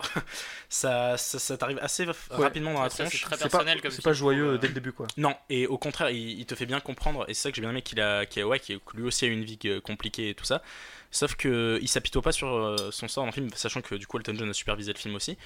ça t'arrive assez rapidement dans la tronche. C'est très personnel comme c'est pas joyeux dès le début, quoi. Non, et au contraire, il te fait bien comprendre, et c'est ça que j'ai bien aimé qu'il lui aussi a eu une vie compliquée et tout ça. Sauf que il s'apitoie pas sur son sort dans le film, sachant que du coup Elton John a supervisé le film aussi.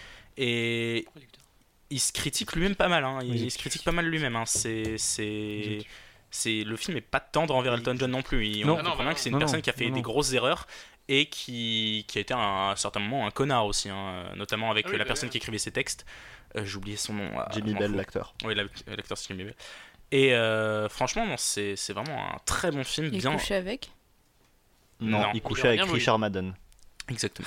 Et il se critique lui-même pas mal, hein. Il se critique pas mal lui-même, hein. Le film est pas tendre envers Elton John non plus. On comprend bien que c'est une personne qui a fait des grosses erreurs. et qui a été à un certain moment un connard aussi, notamment avec la personne qui écrivait ses textes. J'ai oublié son nom. Jimmy Bell, l'acteur. Oui, l'acteur c'est Jimmy Bell. Et franchement, non, c'est vraiment un très bon film. Il couchait avec Non, il couchait avec Richard Madden. Exactement.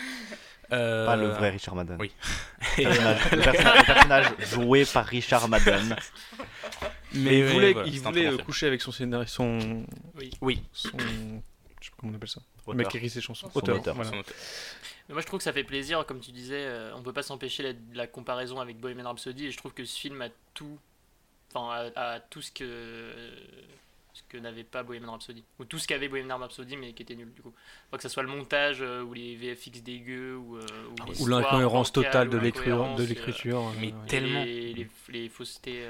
Pas le vrai Richard Madden. Oui. Le personnage joué par Richard Madden. Mais il voulait coucher avec son scénariste, son... Oui. Son... Je sais pas comment on appelle ça. Le mec qui écrit ses chansons. Auteur. Voilà. Mais moi je trouve que ça fait plaisir, comme tu disais, on peut pas s'empêcher la comparaison avec Bohemian Rhapsody, et je trouve que ce film a tout, à tout ce que n'avait pas Bohemian Rhapsody, ou tout ce qu'avait Bohemian Rhapsody mais qui était nul du coup. Faut que ça soit le montage ou les VFX dégueux ou l'incohérence totale de l'écriture, mais tellement les faussetés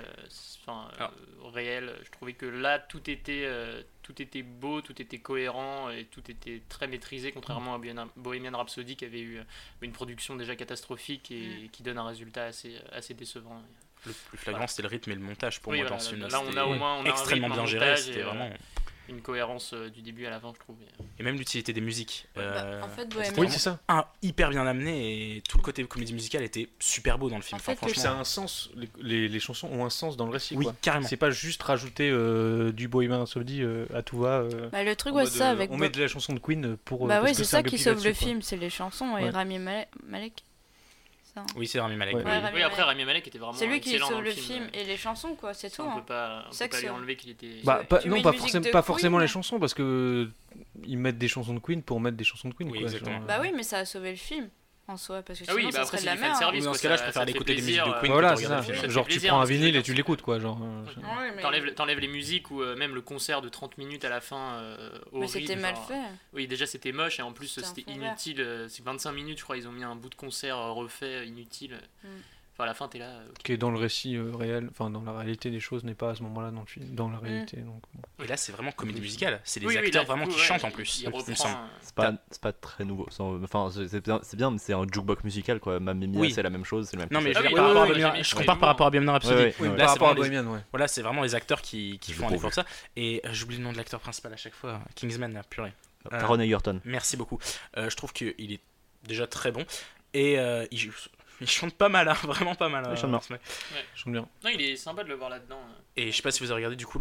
réelles. Je trouvais que là tout était beau, tout était cohérent et tout était très maîtrisé, contrairement à Bohemian Rhapsody qui avait eu une production déjà catastrophique et qui donne un résultat assez décevant. Le plus flagrant, c'était le rythme et le montage pour moi dans ce film. Là, on a au moins extrêmement bien géré. C'était vraiment une cohérence du début à la fin, je trouve. Et même l'utilité des musiques. En fait, c'est ça. Hyper bien amené, et tout le côté comédie musicale était super beau dans le film. En fait, franchement, ça a un sens. Les chansons ont un sens dans le récit. Oui, carrément. C'est pas juste rajouter du Bohemian Rhapsody à tout va. Le truc, c'est ça. On met de la chanson de Queen pour. Bah oui, c'est ça qui sauve le film, c'est les chansons et Rami Malek. Oui, c'est Rami Malek. Oui, après Rami Malek était vraiment excellent. C'est lui qui sauve le film et les chansons, quoi, c'est tout. On peut pas lui enlever qu'il était. Non, pas forcément les chansons, parce que ils mettent des chansons de Queen pour mettre des chansons de Queen. Oui, exactement. Bah oui, mais ça a sauvé le film en soi, parce que sinon ça après serait de la merde. Dans ce cas-là, je préfère l'écouter des musiques de Queen. Voilà, c'est ça. Genre tu prends un vinyle et tu l'écoutes, quoi. T'enlèves les musiques ou même le concert de 30 minutes à la fin. Mais c'était mal fait. Oui, déjà c'était moche et en plus c'était inutile. C'est 25 minutes, je crois, ils ont mis un bout de concert refait inutile. Enfin, à la fin, t'es là. Qui est dans le récit réel, enfin dans la réalité des choses, n'est pas à ce moment-là dans le film, dans la réalité. Donc, bon. Et là, c'est vraiment comédie musicale. C'est des acteurs vraiment qui chantent en plus. C'est pas très nouveau. Enfin, c'est bien, mais c'est un jukebox musical, quoi. Mamma Mia, c'est la même chose, c'est le même. Non, mais je compare par rapport à Bohemian Rhapsody. Là, c'est vraiment Bohemian. Voilà, c'est vraiment les acteurs qui font un effort ça. Et j'oublie le nom de l'acteur principal à chaque fois. Kingsman, la purée. Taron Egerton. Merci beaucoup. Je trouve qu'il est déjà très bon et il chante pas mal, vraiment pas mal. Il chante bien. Chante bien. Non, il est sympa de le voir là-dedans. Et je sais pas si vous avez regardé du coup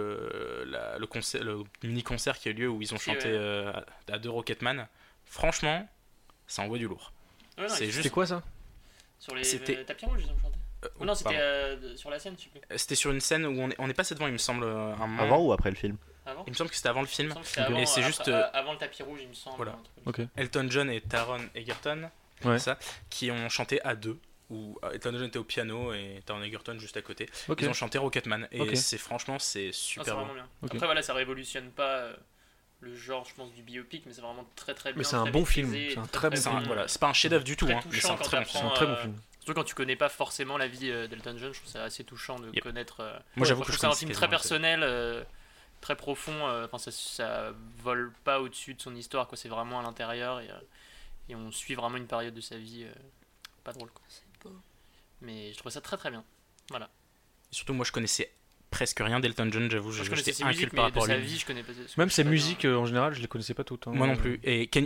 le mini-concert qui a eu lieu où ils ont chanté à deux Rocketman. Franchement, ça envoie du lourd. C'était quoi ça? Sur les tapis rouges, ils ont chanté. Non, c'était sur la scène, je sais plus. C'était sur une scène où on est passé devant, il me semble. Avant ou après le film? Il me semble que c'était avant le film. Et c'est juste avant le tapis rouge, il me semble. Voilà. Elton John et Taron Egerton. Qui ont chanté à deux, où Elton John était au piano et Taron Egerton juste à côté. Ils ont chanté Rocketman et franchement c'est super bon. Bien. Après voilà, ça révolutionne pas le genre, je pense, du biopic, mais c'est vraiment très très bien. Mais c'est un bon film, c'est un très bon film. Voilà, c'est pas un chef-d'œuvre du tout, mais c'est un très bon film. Surtout quand tu connais pas forcément la vie d'Elton John, je trouve ça assez touchant de connaître. Moi j'avoue que c'est un film très personnel, très profond. Enfin ça vole pas au-dessus de son histoire, quoi. C'est vraiment à l'intérieur et on suit vraiment une période de sa vie pas drôle, quoi. C'est beau. Mais je trouve ça très très bien. Voilà. Et surtout moi je connaissais presque rien d'Elton John, j'avoue, je connaissais ses musiques, mais de sa vie je connais pas. Même ses musiques en général, je les connaissais pas toutes. Moi non plus. Et Can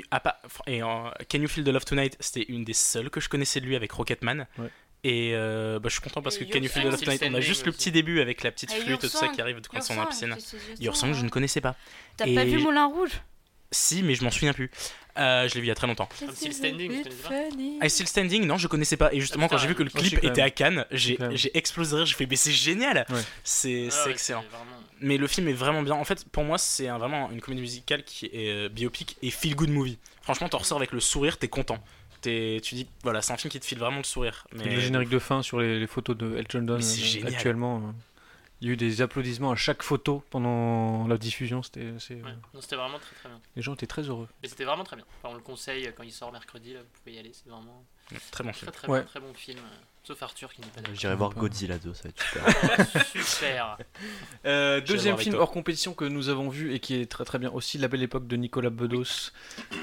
You Feel the Love Tonight, c'était une des seules que je connaissais de lui avec Rocketman. Et je suis content parce que Can You Feel the Love Tonight, on a juste le petit début avec la petite flûte tout ça qui arrive quand ils sont dans la piscine. Your Song, je ne connaissais pas. T'as pas vu Moulin Rouge? Si, mais je m'en souviens plus. Je l'ai vu il y a très longtemps. Still Standing, Still Standing, non, je connaissais pas. Et justement, quand j'ai vu que le clip était à Cannes, j'ai explosé de rire. J'ai fait, mais c'est génial, c'est excellent. Mais le film est vraiment bien. En fait, pour moi, c'est vraiment une comédie musicale qui est biopic et feel good movie. Franchement, t'en ressors avec le sourire, t'es content. Tu dis, voilà, c'est un film qui te file vraiment le sourire. Mais le générique de fin sur les photos de Elton John actuellement. Il y a eu des applaudissements à chaque photo pendant la diffusion. C'était vraiment très très bien. Les gens étaient très heureux. Et c'était vraiment très bien. Enfin, on le conseille quand il sort mercredi, là, vous pouvez y aller. C'est vraiment très bon film. Très bon film. Sauf Arthur qui n'est pas d'accord. J'irai voir Godzilla 2, ça va être super. Deuxième film hors compétition que nous avons vu et qui est très très bien aussi, La Belle Époque de Nicolas Bedos.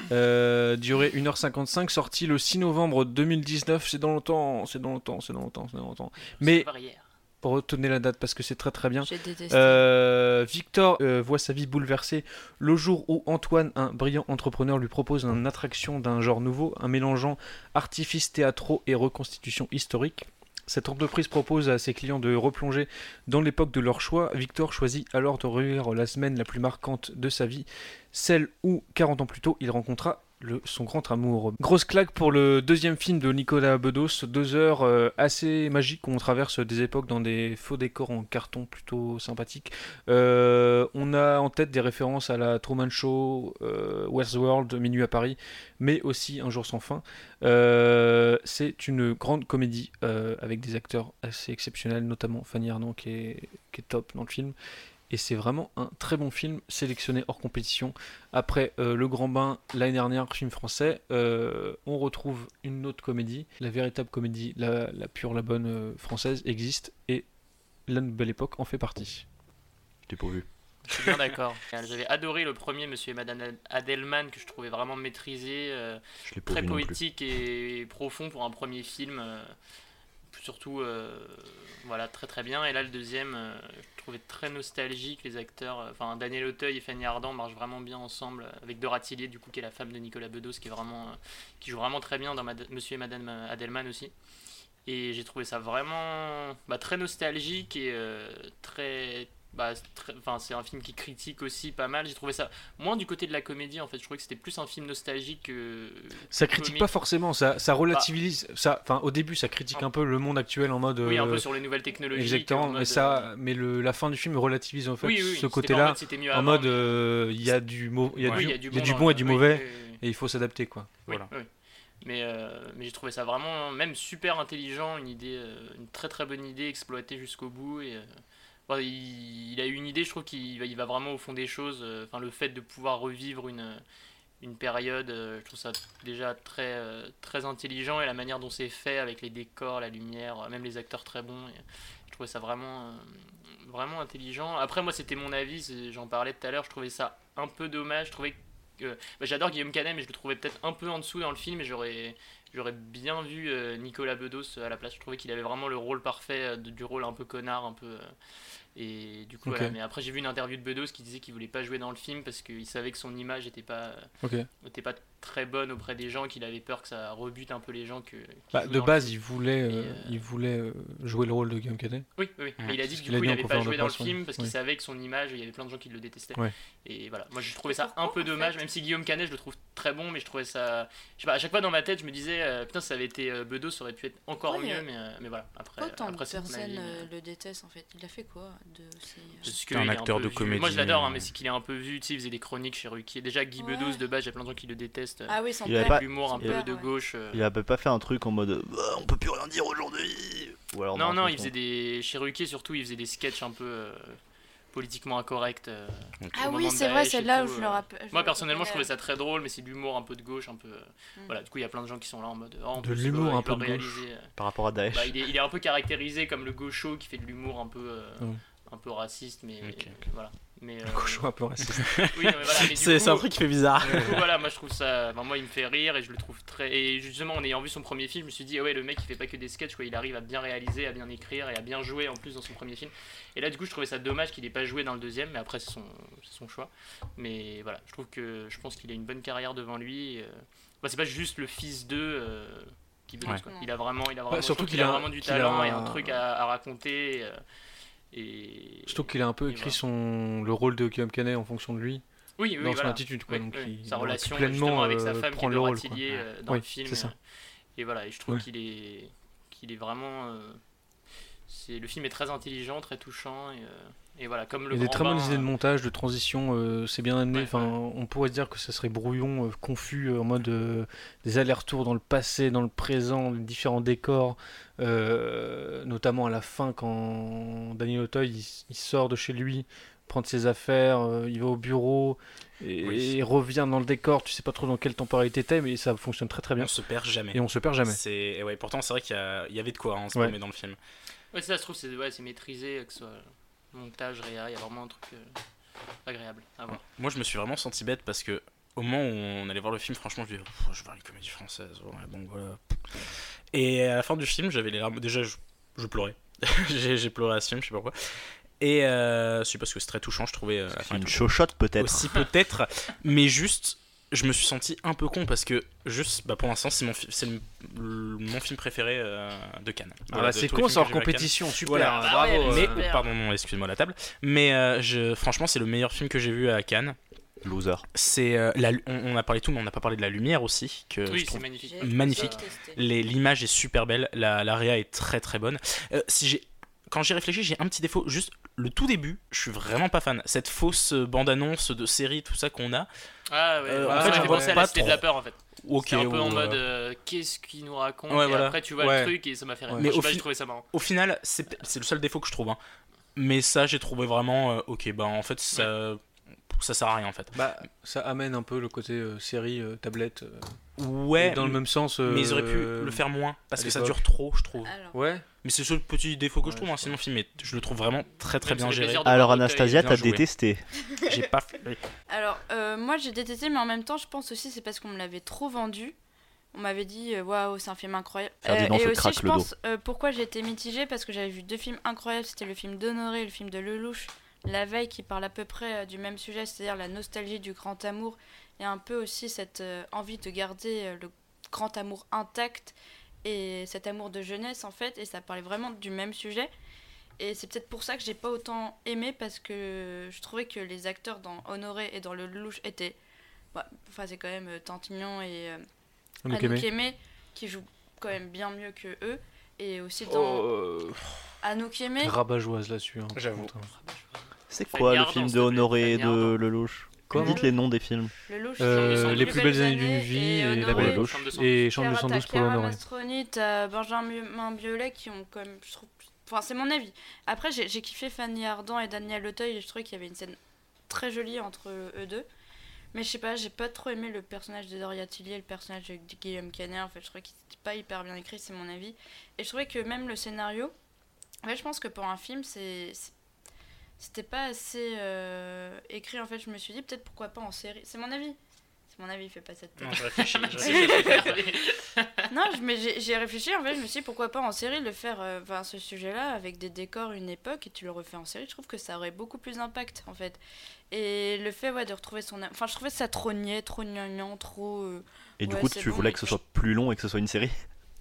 Durée 1h55, sorti le 6 novembre 2019. C'est dans longtemps. Mais retenez la date parce que c'est très très bien. J'ai détesté. Victor voit sa vie bouleversée le jour où Antoine, un brillant entrepreneur, lui propose une attraction d'un genre nouveau, un mélangeant artifices théâtraux et reconstitution historique. Cette entreprise propose à ses clients de replonger dans l'époque de leur choix. Victor choisit alors de revivre la semaine la plus marquante de sa vie, celle où, 40 ans plus tôt, il rencontra son grand amour. Grosse claque pour le deuxième film de Nicolas Bedos, 2 heures assez magiques où on traverse des époques dans des faux décors en carton plutôt sympathiques. On a en tête des références à la Truman Show, Westworld, Minuit à Paris, mais aussi Un jour sans fin. C'est une grande comédie avec des acteurs assez exceptionnels, notamment Fanny Ardant qui est top dans le film. Et c'est vraiment un très bon film, sélectionné hors compétition. Après Le Grand Bain, l'année dernière, film français, on retrouve une autre comédie. La véritable comédie, la pure, la bonne française existe. Et La Belle Époque en fait partie. Je t'ai pas vu. Je suis bien d'accord. J'avais adoré le premier Monsieur et Madame Adelman, que je trouvais vraiment maîtrisé, très poétique et profond pour un premier film. Surtout, voilà, très très bien. Et là, le deuxième, je trouvais très nostalgique. Les acteurs, enfin Daniel Auteuil et Fanny Ardant marchent vraiment bien ensemble, avec Dora Tillier, du coup, qui est la femme de Nicolas Bedos, qui joue vraiment très bien dans Monsieur et Madame Adelman aussi. Et j'ai trouvé ça vraiment très nostalgique et très. C'est un film qui critique aussi pas mal. J'ai trouvé ça moins du côté de la comédie en fait. Je trouvais que c'était plus un film nostalgique que ça critique comique. Pas forcément, ça relativise. Au début ça critique un peu le monde actuel en mode. Oui, un peu sur les nouvelles technologies. Exactement, mode, mais la fin du film relativise en fait ce oui, côté-là. En mode il y a du bon et du mauvais et il faut s'adapter quoi. Voilà. Oui. Mais j'ai trouvé ça vraiment même super intelligent, une très très bonne idée exploitée jusqu'au bout et. Il a eu une idée, je trouve qu'il va vraiment au fond des choses. Le fait de pouvoir revivre une période, je trouve ça déjà très, très intelligent et la manière dont c'est fait avec les décors, la lumière, même les acteurs très bons. Je trouvais ça vraiment, vraiment intelligent. Après, moi, c'était mon avis, j'en parlais tout à l'heure, je trouvais ça un peu dommage. Je trouvais que, j'adore Guillaume Canet, mais je le trouvais peut-être un peu en dessous dans le film et j'aurais bien vu Nicolas Bedos à la place. Je trouvais qu'il avait vraiment le rôle parfait du rôle un peu connard, un peu. Et du coup, okay. Voilà. Mais après, j'ai vu une interview de Bedos qui disait qu'il voulait pas jouer dans le film parce qu'il savait que son image était pas très bonne auprès des gens, qu'il avait peur que ça rebute un peu les gens. De base, il voulait jouer le rôle de Guillaume Canet. Oui. Mais il a dit que du coup, il n'avait pas joué dans le film parce qu'il savait que son image, il y avait plein de gens qui le détestaient. Ouais. Et voilà, moi je trouvais ça un peu dommage, même si Guillaume Canet, je le trouve très bon, mais je trouvais ça. Je sais pas, à chaque fois dans ma tête, je me disais, putain, ça avait été Bedos, ça aurait pu être encore mieux, mais voilà. Après, personne le déteste en fait. Il a fait quoi c'est un acteur de comédie. Moi je l'adore, mais c'est qu'il est un peu vu. Tu sais, il faisait des chroniques chez Ruquier. Déjà Guy Bedos de base, il y a plein de gens qui le détestent. Ah oui, il a l'humour un peu de gauche. Il avait pas fait un truc en mode on peut plus rien dire aujourd'hui. Ou alors non, il faisait chez Ruquier surtout, il faisait des sketchs un peu politiquement incorrects. Ah oui, c'est vrai, c'est là où je le rappelle. Moi personnellement, je trouvais ça très drôle, mais c'est de l'humour un peu de gauche, un peu. Voilà, du coup, il y a plein de gens qui sont là en mode. De l'humour un peu de gauche. Par rapport à Daesh. Il est un peu caractérisé comme le gaucho qui fait de l'humour un peu. Un peu raciste, mais voilà. Mais cochon un peu raciste. Oui, mais voilà, mais c'est un truc qui fait bizarre. Du coup, voilà, moi je trouve ça. Moi, il me fait rire et je le trouve très. Et justement, en ayant vu son premier film, je me suis dit, le mec il fait pas que des sketchs, quoi. Il arrive à bien réaliser, à bien écrire et à bien jouer en plus dans son premier film. Et là, du coup, je trouvais ça dommage qu'il ait pas joué dans le deuxième, mais après, c'est son choix. Mais voilà, je pense qu'il a une bonne carrière devant lui. C'est pas juste le fils d'eux. Il a vraiment surtout qu'il a vraiment du talent et un truc à raconter. Surtout qu'il a un peu écrit le rôle de Guillaume Canet en fonction de lui. Oui, dans son voilà. attitude, quoi. Donc sa relation pleinement avec sa femme qui est Dora Tillier dans le film. C'est ça. Et voilà, et je trouve qu'il est vraiment. Le film est très intelligent, très touchant et voilà, comme le. Il y a des très bonnes idées de montage, de transition, c'est bien amené. On pourrait dire que ça serait brouillon, confus, en mode des allers-retours dans le passé, dans le présent, les différents décors. Notamment à la fin quand Daniel Auteuil il sort de chez lui prendre ses affaires, il va au bureau et il revient dans le décor, tu sais pas trop dans quelle temporalité t'es, mais ça fonctionne très très bien. On se perd jamais. Et on se perd jamais. Pourtant c'est vrai qu'il y avait de quoi se promener dans le film. Ouais, ça se trouve c'est maîtrisé, que ce soit montage, réa, il y a vraiment un truc agréable à voir. Moi je me suis vraiment senti bête parce que au moment où on allait voir le film, franchement je me disais je vais voir une comédie française, bon voilà. Et à la fin du film, j'avais les larmes. Déjà, je je pleurais. J'ai pleuré à ce film, je sais pas pourquoi. Et c'est parce que c'est très touchant, je trouvais. Une chochotte peut-être. Aussi peut-être, mais juste, je me suis senti un peu con parce que juste, pour l'instant, c'est mon film préféré de Cannes. Voilà, c'est con, c'est hors compétition, super. Voilà, bravo. Mais pardon, non, excuse-moi la table. Mais franchement, c'est le meilleur film que j'ai vu à Cannes. Loser. C'est on a parlé de tout, mais on n'a pas parlé de la lumière aussi, que oui, je trouve c'est magnifique. L'image est super belle, la réa est très très bonne. Quand j'y réfléchis, j'ai un petit défaut, juste le tout début, je suis vraiment pas fan. Cette fausse bande-annonce de série, tout ça qu'on a. Ah ouais, en fait, j'en vois pas trop. De la peur en fait. Ok. C'est un peu en mode qu'est-ce qu'il nous raconte et voilà. Après tu vois le truc et ça m'a fait rire. Mais j'ai trouvé ça marrant. Au final, c'est le seul défaut que je trouve. Hein. Mais ça, j'ai trouvé vraiment ok. En fait, ça sert à rien en fait. Ça amène un peu le côté série tablette. Ouais. Dans le même sens. Mais ils auraient pu le faire moins parce que ça dure trop, je trouve. Alors. Ouais. Mais c'est le seul petit défaut que je trouve. Hein, sinon, le film, je le trouve vraiment très très bien géré. Alors Anastasia, t'as détesté. J'ai pas. Alors moi j'ai détesté, mais en même temps, je pense aussi c'est parce qu'on me l'avait trop vendu. On m'avait dit waouh, c'est un film incroyable. Et aussi, je pense pourquoi j'ai été mitigée, parce que j'avais vu 2 films incroyables. C'était le film d'Honoré et le film de Lelouch. La veille, qui parle à peu près du même sujet, c'est-à-dire la nostalgie du grand amour et un peu aussi cette envie de garder le grand amour intact et cet amour de jeunesse en fait, et ça parlait vraiment du même sujet. Et c'est peut-être pour ça que j'ai pas autant aimé, parce que je trouvais que les acteurs dans Honoré et dans le Lelouch étaient... c'est quand même Tintignan et Anouk Aimée qui jouent quand même bien mieux que eux. Et aussi dans Anouk Aimée... Rabat-joise là-dessus. Hein, j'avoue. C'est quoi le film de Honoré et de Lelouch? Dites les noms des films. Les plus belles années d'une vie et La Belle Lelouch et Chambre de 112 pour Honoré. Mastronite, Benjamin Biolay qui ont quand même, je trouve, enfin c'est mon avis. Après j'ai kiffé Fanny Ardant et Daniel Auteuil, et je trouvais qu'il y avait une scène très jolie entre eux deux. Mais je sais pas, j'ai pas trop aimé le personnage de Doria Tillier et le personnage de Guillaume Canet. En fait, je trouvais qu'il était pas hyper bien écrit, c'est mon avis. Et je trouvais que même le scénario, en fait, je pense que pour un film, c'était pas assez écrit. En fait, je me suis dit peut-être pourquoi pas en série. C'est mon avis. C'est mon avis, fais pas cette tête. Non, je réfléchis. Non, mais j'ai réfléchi. En fait, je me suis dit pourquoi pas en série le faire. Ce sujet-là avec des décors, une époque, et tu le refais en série. Je trouve que ça aurait beaucoup plus d'impact en fait. Et le fait de retrouver son... Enfin, je trouvais ça trop niais, trop gnangnan, trop... Et du coup, tu voulais que ce soit plus long et que ce soit une série?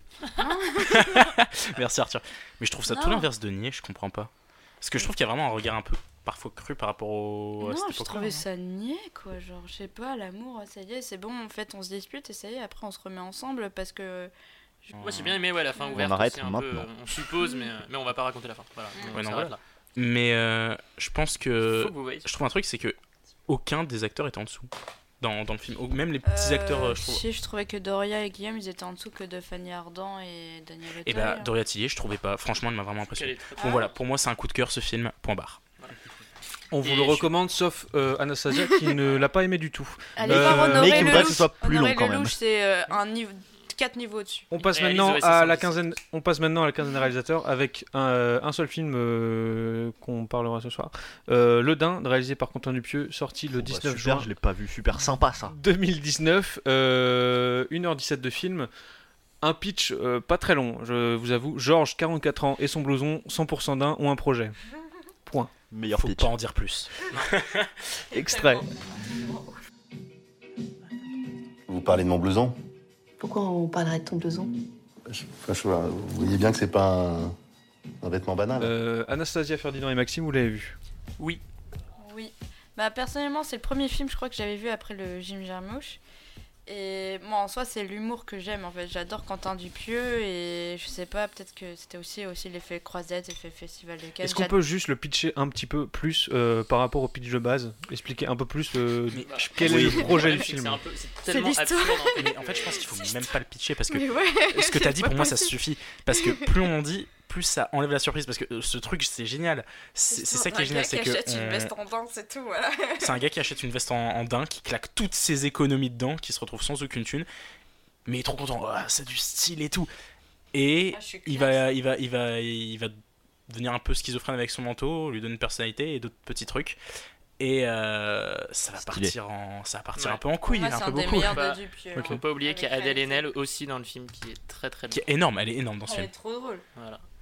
Merci Arthur. Mais je trouve ça tout l'inverse de niais, je comprends pas. Parce que je trouve qu'il y a vraiment un regard un peu parfois cru par rapport au... Non, je trouvais ça niais, quoi. Genre, je sais pas, l'amour, ça y est, c'est bon, en fait, on se dispute et ça y est, après on se remet ensemble parce que... Moi j'ai bien aimé la fin ouverte. On arrête un maintenant. peu, on suppose, mais on va pas raconter la fin. Voilà, on s'arrête là. Mais je pense que... Je trouve un truc, c'est que aucun des acteurs était en dessous dans le film. Même les petits acteurs, je trouve... Si, je trouvais que Doria et Guillaume, ils étaient en dessous que de Fanny Ardant et Daniel Auteuil. Et bah, Doria Tillier, je trouvais pas... Franchement, elle m'a vraiment impressionné. Bon voilà, pour moi, c'est un coup de cœur ce film, point barre. Voilà. On vous le recommande, sauf Anastasia qui ne l'a pas aimé du tout. Allez voir Honoré mais qui voudrait que ce soit plus Honoré long quand même. Lelouch, c'est un niveau... 4 niveaux au-dessus. On passe maintenant à la quinzaine des réalisateurs avec un seul film qu'on parlera ce soir. Le Dain, réalisé par Quentin Dupieux, sorti le 19 juin. Je l'ai pas vu, super sympa ça. 2019, 1h17 de film. Un pitch pas très long, je vous avoue. Georges, 44 ans, et son blouson 100% Dain ont un projet. Point. Meilleur pitch. Faut pas en dire plus. Extrait. Vous parlez de mon blouson? Pourquoi on parlerait de ton blouson? Vous voyez bien que c'est pas un vêtement banal. Anastasia, Ferdinand et Maxime, vous l'avez vu? Oui. Personnellement, c'est le premier film, je crois, que j'avais vu après le Jim Jarmusch. Et moi, en soi, c'est l'humour que j'aime. En fait, j'adore Quentin Dupieux et je sais pas, peut-être que c'était aussi l'effet croisette, l'effet festival de Cannes. Est-ce qu'on peut juste le pitcher un petit peu plus par rapport au pitch de base? Expliquer un peu plus quel est le projet du film? C'est tellement absurde. Mais en fait, je pense qu'il faut même pas le pitcher parce que ce que t'as dit pour moi, ça suffit. Parce que plus on en dit, plus ça enlève la surprise, parce que ce truc c'est génial, c'est ça qui est génial, c'est que achète une veste en daim, c'est tout, voilà. C'est un gars qui achète une veste en daim, qui claque toutes ses économies dedans, qui se retrouve sans aucune thune, mais il est trop content, c'est du style et tout, et il va devenir un peu schizophrène avec son manteau, lui donne une personnalité et d'autres petits trucs. Et ça va partir un peu en couille, un peu beaucoup. Faut pas oublier qu'il y a Adèle Haenel aussi dans le film, qui est très très bien. Qui est énorme, elle est énorme dans ce film. Elle est trop drôle. Voilà.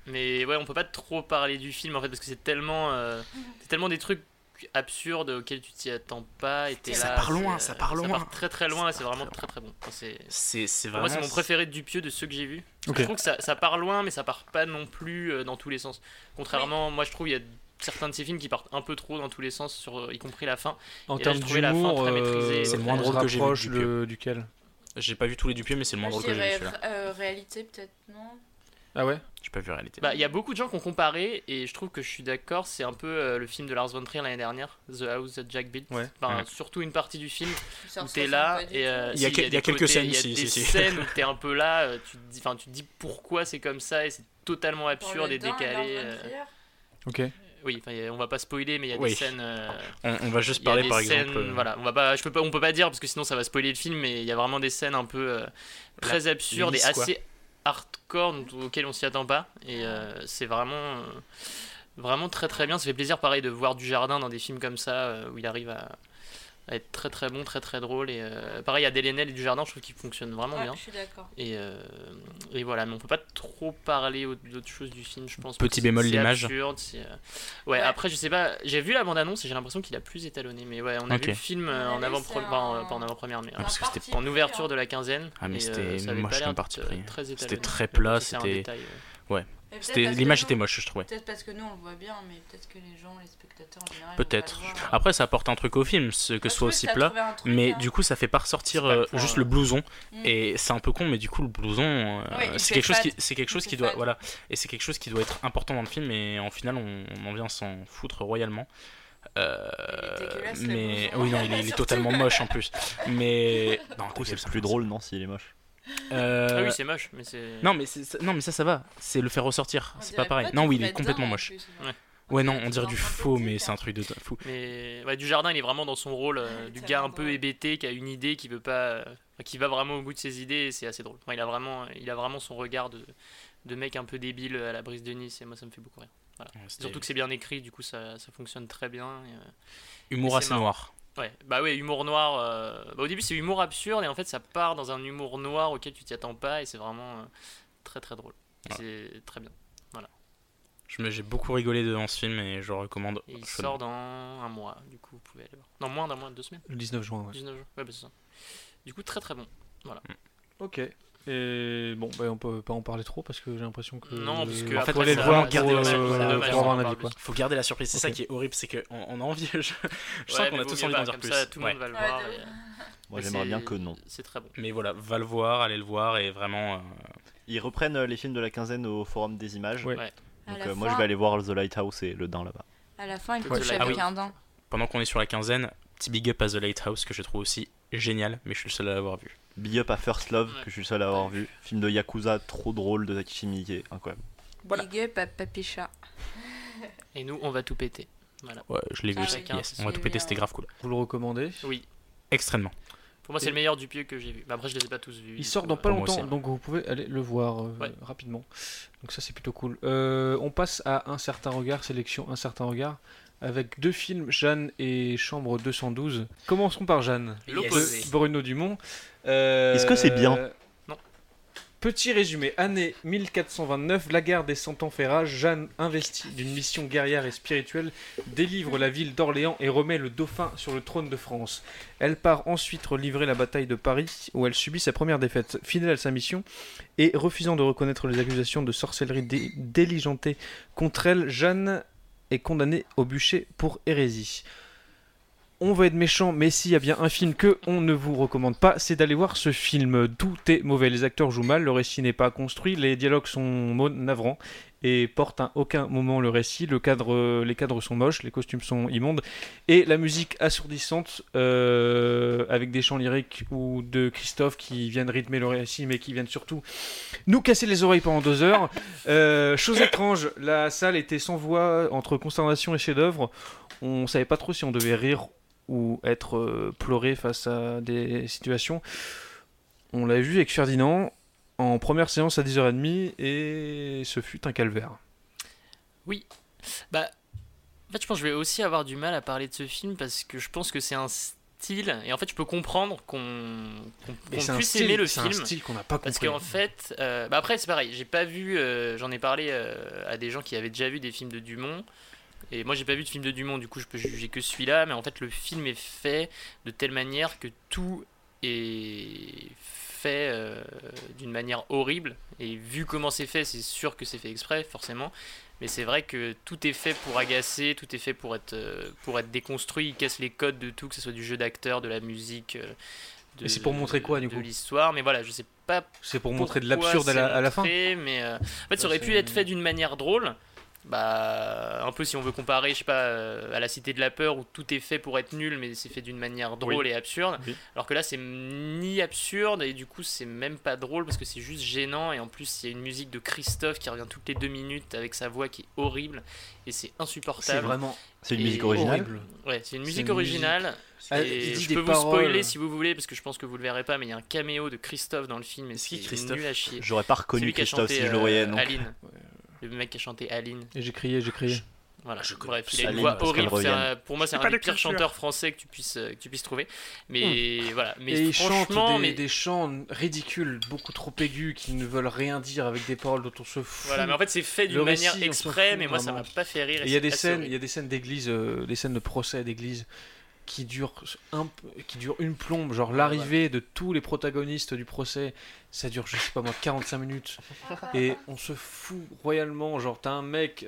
Mais ouais, on peut pas trop parler du film en fait parce que c'est tellement des trucs absurdes auxquels tu t'y attends pas. Et ça part loin. Ça part très très loin. Là, c'est vraiment très très bon. C'est vraiment. Moi, c'est mon préféré de Dupieux de ceux que j'ai vus. Je trouve que ça part loin, mais ça part pas non plus dans tous les sens. Contrairement, moi je trouve il y a certains de ces films qui partent un peu trop dans tous les sens, y compris la fin. En termes d'humour, c'est le moins drôle que j'ai vu. Duquel j'ai pas vu tous les Dupieux, mais c'est le moins drôle que j'ai vu. Réalité peut-être, non? Ah ouais? J'ai pas vu Réalité. Il y a beaucoup de gens qui ont comparé et je trouve que je suis d'accord, c'est un peu le film de Lars von Trier l'année dernière, The House That Jack Built. Surtout une partie du film où t'es là et il y a quelques scènes, il y a des scènes où t'es un peu là, tu te dis pourquoi c'est comme ça et c'est totalement absurde et décalé. Ok. Oui, on va pas spoiler, mais il y a des scènes. On va juste parler par exemple. Voilà, on peut pas dire parce que sinon ça va spoiler le film, mais il y a vraiment des scènes un peu très absurdes et assez hardcore auxquelles on s'y attend pas. Et c'est vraiment très très bien. Ça fait plaisir pareil de voir Dujardin dans des films comme ça où il arrive à être très très bon, très très drôle. Et pareil à Delenel et Dujardin, je trouve qu'ils fonctionnent vraiment bien. Je suis d'accord. Et voilà, mais on peut pas trop parler d'autres choses du film, je pense. Petit bémol, l'image. Absurde, ouais, après je sais pas, j'ai vu la bande-annonce et j'ai l'impression qu'il a plus étalonné. Mais ouais, on a vu le film en avant-première, pas en avant-première, mais parce que c'était en ouverture de la quinzaine. Ah mais c'était moche comme parti pris. C'était très plat, c'était. Ouais. L'image était moche, je trouvais. Peut-être parce que nous on le voit bien, mais peut-être que les gens, les spectateurs en général. Peut-être. Après, ça apporte un truc au film, que ce soit aussi plat, mais du coup, ça fait pas ressortir juste le blouson. Et c'est un peu con, mais du coup, le blouson, c'est quelque chose qui doit, voilà, et c'est quelque chose qui doit être important dans le film. Et en final, on en vient s'en foutre royalement. Mais oui, non, il est totalement moche en plus. Mais non, c'est plus drôle, non, s'il est moche. Ah oui, c'est moche, mais c'est. Non, mais ça va. C'est le faire ressortir. C'est pas pareil. Non, oui, il est complètement moche. Ouais, non, on dirait du faux, mais c'est un truc de fou. Mais ouais, Dujardin, il est vraiment dans son rôle du gars un peu hébété qui a une idée, qui veut pas, qui va vraiment au bout de ses idées. Et c'est assez drôle. Enfin, il a vraiment son regard de mec un peu débile à la Brise de Nice. Et moi, ça me fait beaucoup rire. Voilà. Ouais, surtout que c'est bien écrit, du coup, ça fonctionne très bien. Humour assez noir. Ouais, humour noir. Au début, c'est humour absurde et en fait, ça part dans un humour noir auquel tu t'y attends pas et c'est vraiment très très drôle. C'est très bien. Voilà. J'ai beaucoup rigolé dans ce film et je le recommande. Et il sort dans un mois, du coup, vous pouvez aller voir. Non, moins d'un mois, 2 semaines. Le 19 juin, ouais. 19 juin, ouais, c'est ça. Du coup, très très bon. Voilà. Ok. Et bon, on peut pas en parler trop parce que j'ai l'impression que. Non, parce que. En fait, faut aller le voir pour avoir un avis, quoi. Faut garder la surprise, c'est ça qui est horrible, c'est qu'on a envie. Je sens qu'on a tous envie d'en dire plus. Tout le monde va le voir. Moi, j'aimerais bien que non. C'est très bon. Mais voilà, va le voir, allez le voir et vraiment. Ils reprennent les films de la quinzaine au Forum des Images. Ouais. Donc moi, je vais aller voir The Lighthouse et Le Dain là-bas. À la fin, il couche avec un daim. Pendant qu'on est sur la quinzaine, petit big up à The Lighthouse que je trouve aussi génial, mais je suis le seul à l'avoir vu. Big up à First Love que je suis le seul à avoir vu. Film de Yakuza trop drôle de Takeshi Miike, incroyable. Voilà. Big up à Papicha. Et nous, on va tout péter. Voilà. Ouais, je l'ai vu aussi. Yes. On va tout péter, c'était grave cool. Vous le recommandez? Oui. Extrêmement. Pour moi, c'est le meilleur Dupieux que j'ai vu. Après, je les ai pas tous vus. Il sort dans pas longtemps, donc vous pouvez aller le voir rapidement. Donc ça, c'est plutôt cool. On passe à Un certain regard, sélection Un certain regard, avec 2 films, Jeanne et Chambre 212. Commençons par Jeanne, de Bruno Dumont. Est-ce que c'est bien? Non. Petit résumé, année 1429, la guerre des 100 ans fait rage. Jeanne, investie d'une mission guerrière et spirituelle, délivre la ville d'Orléans et remet le dauphin sur le trône de France. Elle part ensuite livrer la bataille de Paris, où elle subit sa première défaite. Fidèle à sa mission et refusant de reconnaître les accusations de sorcellerie diligentées contre elle, Jeanne est condamnée au bûcher pour hérésie. On va être méchant, mais s'il y a bien un film que on ne vous recommande pas, c'est d'aller voir ce film. Tout est mauvais, les acteurs jouent mal, le récit n'est pas construit, les dialogues sont navrants et portent à aucun moment le récit. Les cadres sont moches, les costumes sont immondes et la musique assourdissante avec des chants lyriques ou de Christophe qui viennent rythmer le récit, mais qui viennent surtout nous casser les oreilles pendant 2 heures. Chose étrange, la salle était sans voix entre consternation et chef-d'œuvre. On savait pas trop si on devait rire ou être pleuré face à des situations. On l'a vu avec Ferdinand en première séance à 10h30 et ce fut un calvaire. Oui. En fait, je pense que je vais aussi avoir du mal à parler de ce film parce que je pense que c'est un style, et en fait je peux comprendre qu'on puisse style, aimer le c'est film. C'est un style qu'on n'a pas compris. Parce qu'en fait, après c'est pareil, j'ai pas vu, j'en ai parlé à des gens qui avaient déjà vu des films de Dumont. Et moi j'ai pas vu de film de Dumont, du coup je peux juger que celui-là, mais en fait le film est fait de telle manière que tout est fait d'une manière horrible, et vu comment c'est fait, c'est sûr que c'est fait exprès forcément, mais c'est vrai que tout est fait pour agacer, tout est fait pour être déconstruit, il casse les codes de tout, que ce soit du jeu d'acteur, de la musique, et c'est pour montrer quoi du coup ? De l'histoire, mais voilà, je sais pas. C'est pour montrer de l'absurde à la fin. Mais en fait ça aurait pu être fait d'une manière drôle. Un peu si on veut comparer, je sais pas, à La Cité de la Peur, où tout est fait pour être nul, mais c'est fait d'une manière drôle et absurde. Oui. Alors que là, c'est ni absurde, et du coup, c'est même pas drôle parce que c'est juste gênant. Et en plus, il y a une musique de Christophe qui revient toutes les 2 minutes avec sa voix qui est horrible, et c'est insupportable. C'est une musique originale. Ouais, c'est une musique originale. Et je peux vous spoiler si vous voulez, parce que je pense que vous le verrez pas, mais il y a un caméo de Christophe dans le film, et c'est nul à chier. J'aurais pas reconnu Christophe si je le voyais. Aline. Le mec qui a chanté Aline. Et j'ai crié. Voilà, bref, il a une voix horrible. Pour moi, c'est un des pires chanteurs français que tu puisses trouver. Mais voilà. Mais et franchement, des chants ridicules, beaucoup trop aigus, qui ne veulent rien dire, avec des paroles dont on se fout. Voilà, mais en fait, c'est fait d'une manière exprès, mais moi, ça m'a pas fait rire. Il y a des scènes d'église, des scènes de procès d'église, qui dure une plombe, genre l'arrivée de tous les protagonistes du procès, ça dure je sais pas moi 45 minutes et on se fout royalement, genre t'as un mec,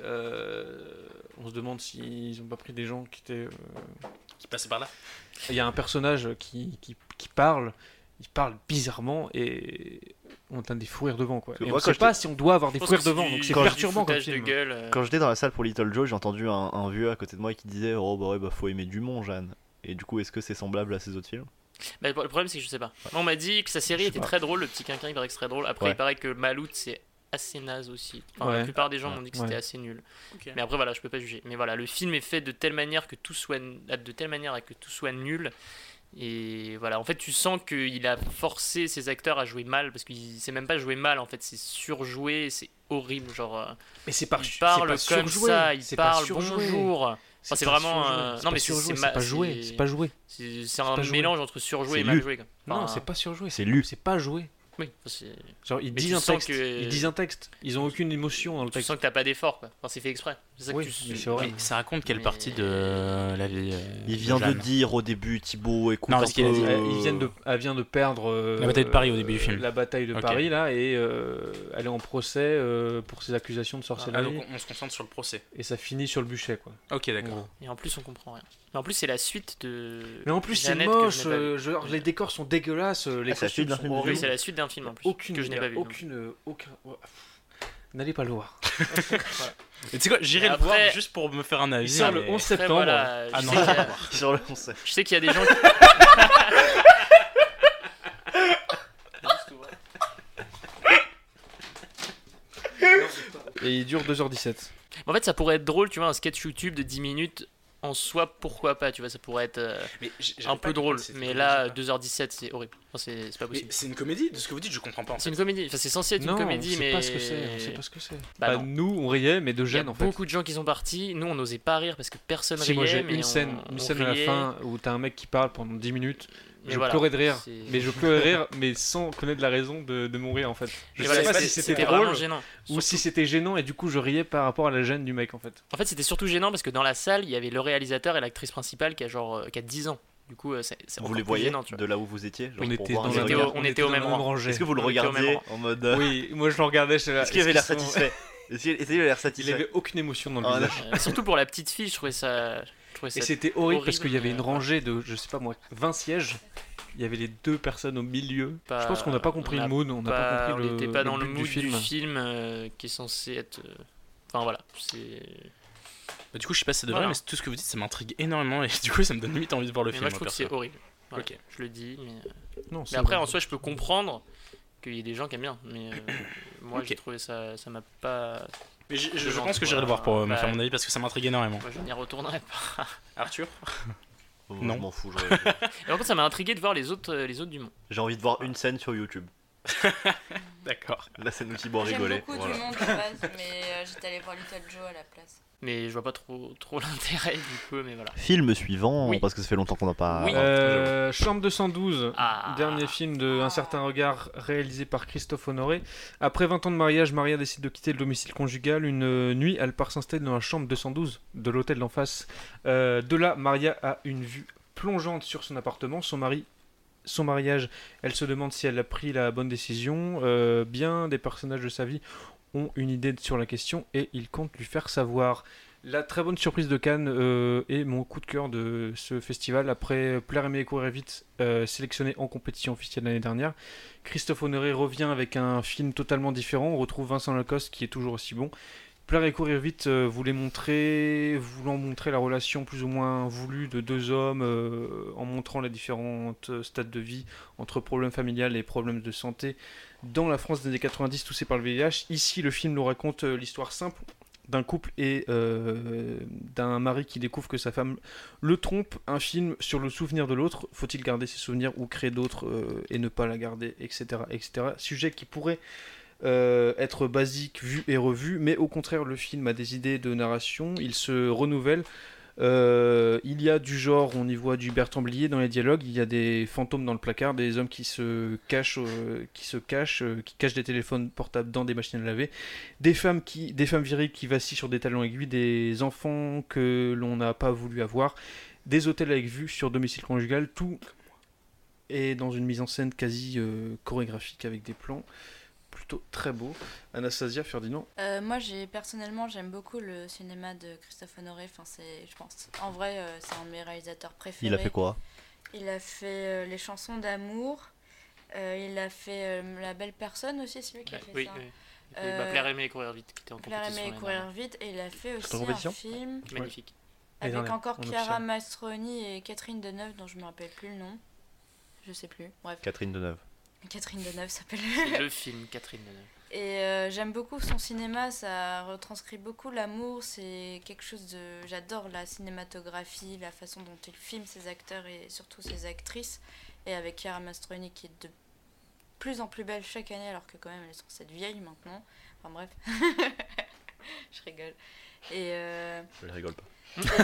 on se demande s'ils ont pas pris des gens qui passaient par là. Il y a un personnage qui parle, il parle bizarrement et on a des fous rires devant quoi. Et on sait pas si on doit avoir des fous rires devant, donc c'est perturbant comme film. Quand j'étais dans la salle pour Little Joe, j'ai entendu un vieux à côté de moi qui disait faut aimer Dumont, Jeanne. Et du coup, est-ce que c'est semblable à ces autres films ? Le problème, c'est que je sais pas. On m'a dit que sa série était très drôle, Le Petit Quinquin, il paraît que c'est très drôle. Après, il paraît que Maloute, c'est assez naze aussi. La plupart des gens m'ont dit que c'était assez nul. Okay. Mais après, voilà, je peux pas juger. Mais voilà, le film est fait de telle manière que tout soit nul. Et voilà, en fait, tu sens qu'il a forcé ses acteurs à jouer mal, parce qu'il sait même pas jouer mal, en fait, c'est surjoué, c'est horrible. Genre, mais c'est pas, il parle comme surjoué. Ça, il parle bonjour. C'est vraiment non mais c'est pas joué, c'est pas joué. C'est un mélange entre surjoué et mal joué. Non, c'est pas surjoué, c'est lu, c'est pas joué. Oui, genre ils disent un texte, ils ont aucune émotion dans le texte. Tu sens que t'as pas d'effort quoi. Enfin, c'est fait exprès. C'est ça que mais ça raconte quelle partie de la vie il vient de dire au début Thibaut écoute. Non, parce qu'il a dit elle vient de perdre la bataille de Paris au début du film. La bataille de Paris là et elle est en procès pour ses accusations de sorcellerie. Donc on se concentre sur le procès. Et ça finit sur le bûcher quoi. OK, d'accord. Et en plus on comprend rien. Mais en plus c'est la suite de mais en plus c'est moche, genre les décors sont dégueulasses, les costumes sont horribles. C'est la suite d'un film en plus que je n'ai pas vu. N'allez pas le voir. Voilà. Et tu sais quoi, j'irai le voir juste pour me faire un avis. Il sort le 11 septembre. Voilà, sur le 11 septembre. Je sais qu'il y a des gens qui... Et il dure 2h17. En fait, ça pourrait être drôle, tu vois, un sketch YouTube de 10 minutes en soi, pourquoi pas, tu vois, ça pourrait être un peu drôle, mais là 2h17 c'est horrible, enfin, c'est pas possible. Mais c'est une comédie, de ce que vous dites, je comprends pas. C'est une comédie, enfin, c'est censé être une comédie, mais on sait pas ce que c'est. Nous on riait, mais de gêne en fait. Il y a beaucoup de gens qui sont partis, nous on n'osait pas rire parce que personne riait. Moi j'ai mais une scène à la fin où t'as un mec qui parle pendant 10 minutes. Je pleurais de rire, mais sans connaître la raison de mon rire en fait. Je sais pas si c'était drôle ou si c'était gênant et du coup je riais par rapport à la gêne du mec en fait. En fait c'était surtout gênant parce que dans la salle il y avait le réalisateur et l'actrice principale qui a 10 ans. Du coup vous les voyez de là où vous étiez, on était au même rangée. Est-ce que vous le regardiez en mode Oui, moi je le regardais. Est-ce qu'il avait l'air satisfait? Il avait aucune émotion dans le visage. Surtout pour la petite fille, je trouvais ça. Et c'était horrible parce qu'il y avait une rangée de, je sais pas moi, 20 sièges. Il y avait les deux personnes au milieu. Je pense qu'on n'a pas compris le mood, on n'a pas compris on n'était pas dans le mood du film qui est censé être. Enfin voilà, c'est. Du coup, je sais pas si c'est de vrai, mais tout ce que vous dites, ça m'intrigue énormément et du coup, ça me donne limite envie de voir le film. Moi, je trouve que c'est horrible. Voilà, ok, je le dis, mais. Non, mais après, en soi, je peux comprendre qu'il y ait des gens qui aiment bien, mais moi, j'ai trouvé ça m'a pas. Mais je pense que j'irai le voir pour me faire mon avis parce que ça m'intrigue énormément. Moi, je n'y retournerai pas. Arthur? Non, je m'en fous. Et par contre, ça m'a intrigué de voir les autres du monde. J'ai envie de voir une scène sur YouTube. D'accord. Là, c'est nous qui bon rigoler. J'aime beaucoup du monde de base, mais j'étais allé voir Little Joe à la place. Mais je vois pas trop l'intérêt du coup, mais voilà. Film suivant, parce que ça fait longtemps qu'on n'a pas... Chambre 212, dernier film de Un certain regard réalisé par Christophe Honoré. Après 20 ans de mariage, Maria décide de quitter le domicile conjugal. Une nuit, elle part s'installer dans la chambre 212 de l'hôtel d'en face. De là, Maria a une vue plongeante sur son appartement. Son mariage, elle se demande si elle a pris la bonne décision. Bien des personnages de sa vie ont une idée sur la question et ils comptent lui faire savoir. La très bonne surprise de Cannes est mon coup de cœur de ce festival. Après Plaire, aimer et courir vite, sélectionné en compétition officielle l'année dernière, Christophe Honoré revient avec un film totalement différent. On retrouve Vincent Lacoste qui est toujours aussi bon. Plaire et courir vite voulant montrer la relation plus ou moins voulue de deux hommes en montrant les différentes stades de vie entre problèmes familiales et problèmes de santé dans la France des années 90 touchée par le VIH. Ici, le film nous raconte l'histoire simple d'un couple et d'un mari qui découvre que sa femme le trompe. Un film sur le souvenir de l'autre. Faut-il garder ses souvenirs ou créer d'autres et ne pas la garder, etc., etc. Sujet qui pourrait être basique, vu et revu, mais au contraire le film a des idées de narration, il se renouvelle. Il y a du genre, on y voit du Bertrand Blier dans les dialogues, il y a des fantômes dans le placard, des hommes qui se cachent, qui cachent des téléphones portables dans des machines à laver, des femmes viriles qui vacillent sur des talons aiguilles, des enfants que l'on n'a pas voulu avoir, des hôtels avec vue sur domicile conjugal, tout est dans une mise en scène quasi chorégraphique avec des plans plutôt très beau. Anastasia, Ferdinand. Moi, personnellement, j'aime beaucoup le cinéma de Christophe Honoré. Enfin, je pense, en vrai, c'est un de mes réalisateurs préférés. Il a fait quoi ? Il a fait Les chansons d'amour. Il a fait La belle personne aussi, c'est lui qui a fait ça. Oui. Plaire, aimer et courir vite, qui était en compétition. Plaire, aimer et courir vite. Et il a fait aussi un film magnifique. Avec encore Chiara Mastroianni et Catherine Deneuve, dont je me rappelle plus le nom. Je sais plus. Bref. Catherine Deneuve s'appelle. C'est le film Catherine Deneuve. Et j'aime beaucoup son cinéma, ça retranscrit beaucoup l'amour, c'est quelque chose de... J'adore la cinématographie, la façon dont il filme ses acteurs et surtout ses actrices. Et avec Chiara Mastroianni qui est de plus en plus belle chaque année, alors que quand même elle est censée être vieille maintenant. Enfin bref, je rigole. Et je rigole pas.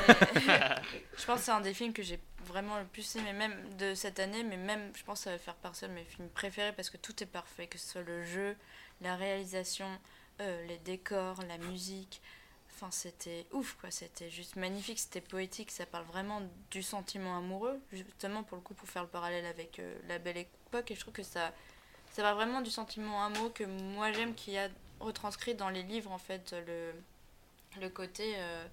Je pense que c'est un des films que j'ai vraiment le plus aimé, même de cette année, mais même je pense que ça va faire partie de mes films préférés parce que tout est parfait, que ce soit le jeu, la réalisation, les décors, la musique. Enfin, c'était ouf, quoi. C'était juste magnifique, c'était poétique, ça parle vraiment du sentiment amoureux, justement pour le coup, pour faire le parallèle avec La Belle Époque. Et je trouve que ça va vraiment du sentiment amoureux que moi j'aime, qui a retranscrit dans les livres, en fait, le côté...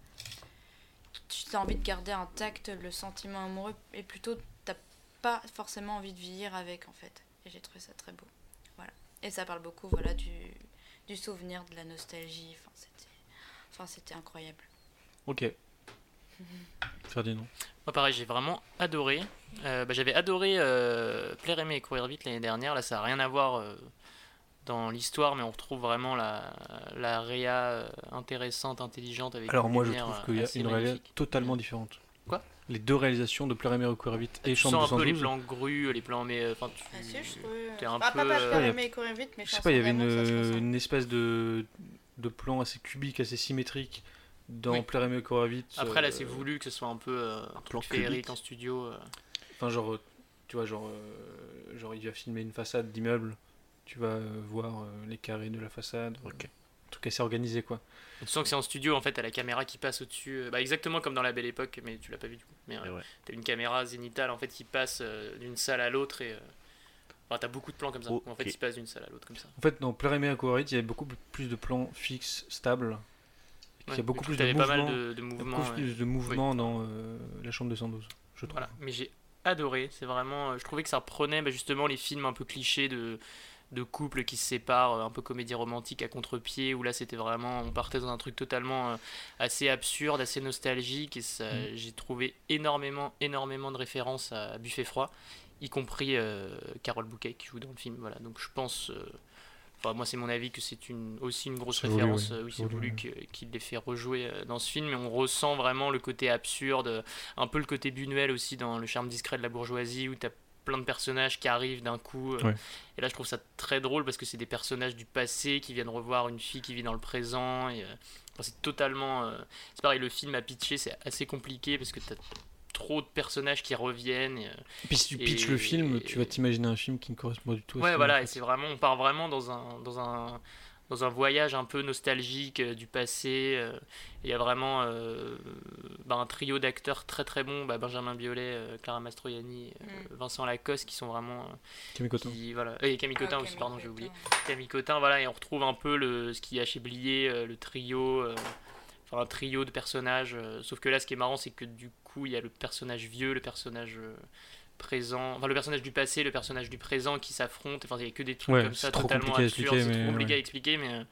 tu as envie de garder intact le sentiment amoureux et plutôt t'as pas forcément envie de vieillir avec, en fait. Et j'ai trouvé ça très beau. Voilà. Et ça parle beaucoup, voilà, du souvenir, de la nostalgie. Enfin, c'était incroyable. Ok. Ferdinand. Moi pareil, j'ai vraiment adoré. J'avais adoré Plaire, aimer et courir vite l'année dernière. Là, ça n'a rien à voir dans l'histoire, mais on retrouve vraiment la réa intéressante, intelligente. Avec alors moi je trouve qu'il y a une réa totalement différente. Quoi ? Les deux réalisations de Plaire, aimer et courir vite et Chambre 212. Tu sens un peu les plans grues, les plans... mais enfin t'es un peu... Pas Plaire, aimer et courir vite, mais... Je sais pas, il y avait une espèce de plan assez cubique, assez symétrique dans Plaire, aimer et courir vite. Après là c'est voulu que ce soit un peu un plan féerique en studio. Enfin genre, tu vois, genre il va filmer une façade d'immeuble. Tu vas voir les carrés de la façade. Ok. En tout cas, c'est organisé, quoi. Tu sens que c'est en studio, en fait, t'as la caméra qui passe au-dessus. Exactement comme dans La Belle Époque, mais tu l'as pas vu du coup. Mais t'as une caméra zénitale, en fait, qui passe d'une salle à l'autre et... Enfin, t'as beaucoup de plans comme ça. En fait, il passe d'une salle à l'autre comme ça. En fait, dans Plaire, aimer et courir vite, il y avait beaucoup plus de plans fixes, stables. Il y a beaucoup plus de mouvements. Pas mal de mouvements. Beaucoup plus de mouvements dans la Chambre 212, je trouve. Voilà, mais j'ai adoré. C'est vraiment... je trouvais que ça reprenait justement les films un peu clichés de couples qui se séparent, un peu comédie romantique à contre-pied, où là c'était vraiment, on partait dans un truc totalement assez absurde, assez nostalgique, et j'ai trouvé énormément de références à Buffet froid, y compris Carole Bouquet qui joue dans le film. Voilà, donc je pense, moi c'est mon avis, que c'est aussi une grosse référence. Oui, c'est voulu qu'il les fait rejouer dans ce film, et on ressent vraiment le côté absurde, un peu le côté Buñuel aussi dans Le charme discret de la bourgeoisie, où t'as plein de personnages qui arrivent d'un coup. Et là, je trouve ça très drôle parce que c'est des personnages du passé qui viennent revoir une fille qui vit dans le présent. Et, c'est totalement... c'est pareil, le film à pitcher, c'est assez compliqué parce que t'as trop de personnages qui reviennent. Et puis si tu pitches le film, tu vas t'imaginer un film qui ne correspond pas du tout à ouais, voilà, et c'est vraiment... On part vraiment dans un voyage un peu nostalgique du passé. Il y a vraiment un trio d'acteurs très très bons, Benjamin Biolay, Clara Mastroianni, Vincent Lacoste, qui sont vraiment... Camille Cotin. Et Camille Cotin aussi, pardon, j'ai oublié. Camille Cotin, voilà, et on retrouve un peu ce qu'il y a chez Blier, le trio... un trio de personnages, sauf que là ce qui est marrant c'est que du coup il y a le personnage vieux, le personnage présent, le personnage du passé, le personnage du présent qui s'affrontent, il y a que des trucs comme ça totalement absurdes, c'est trop compliqué à expliquer, mais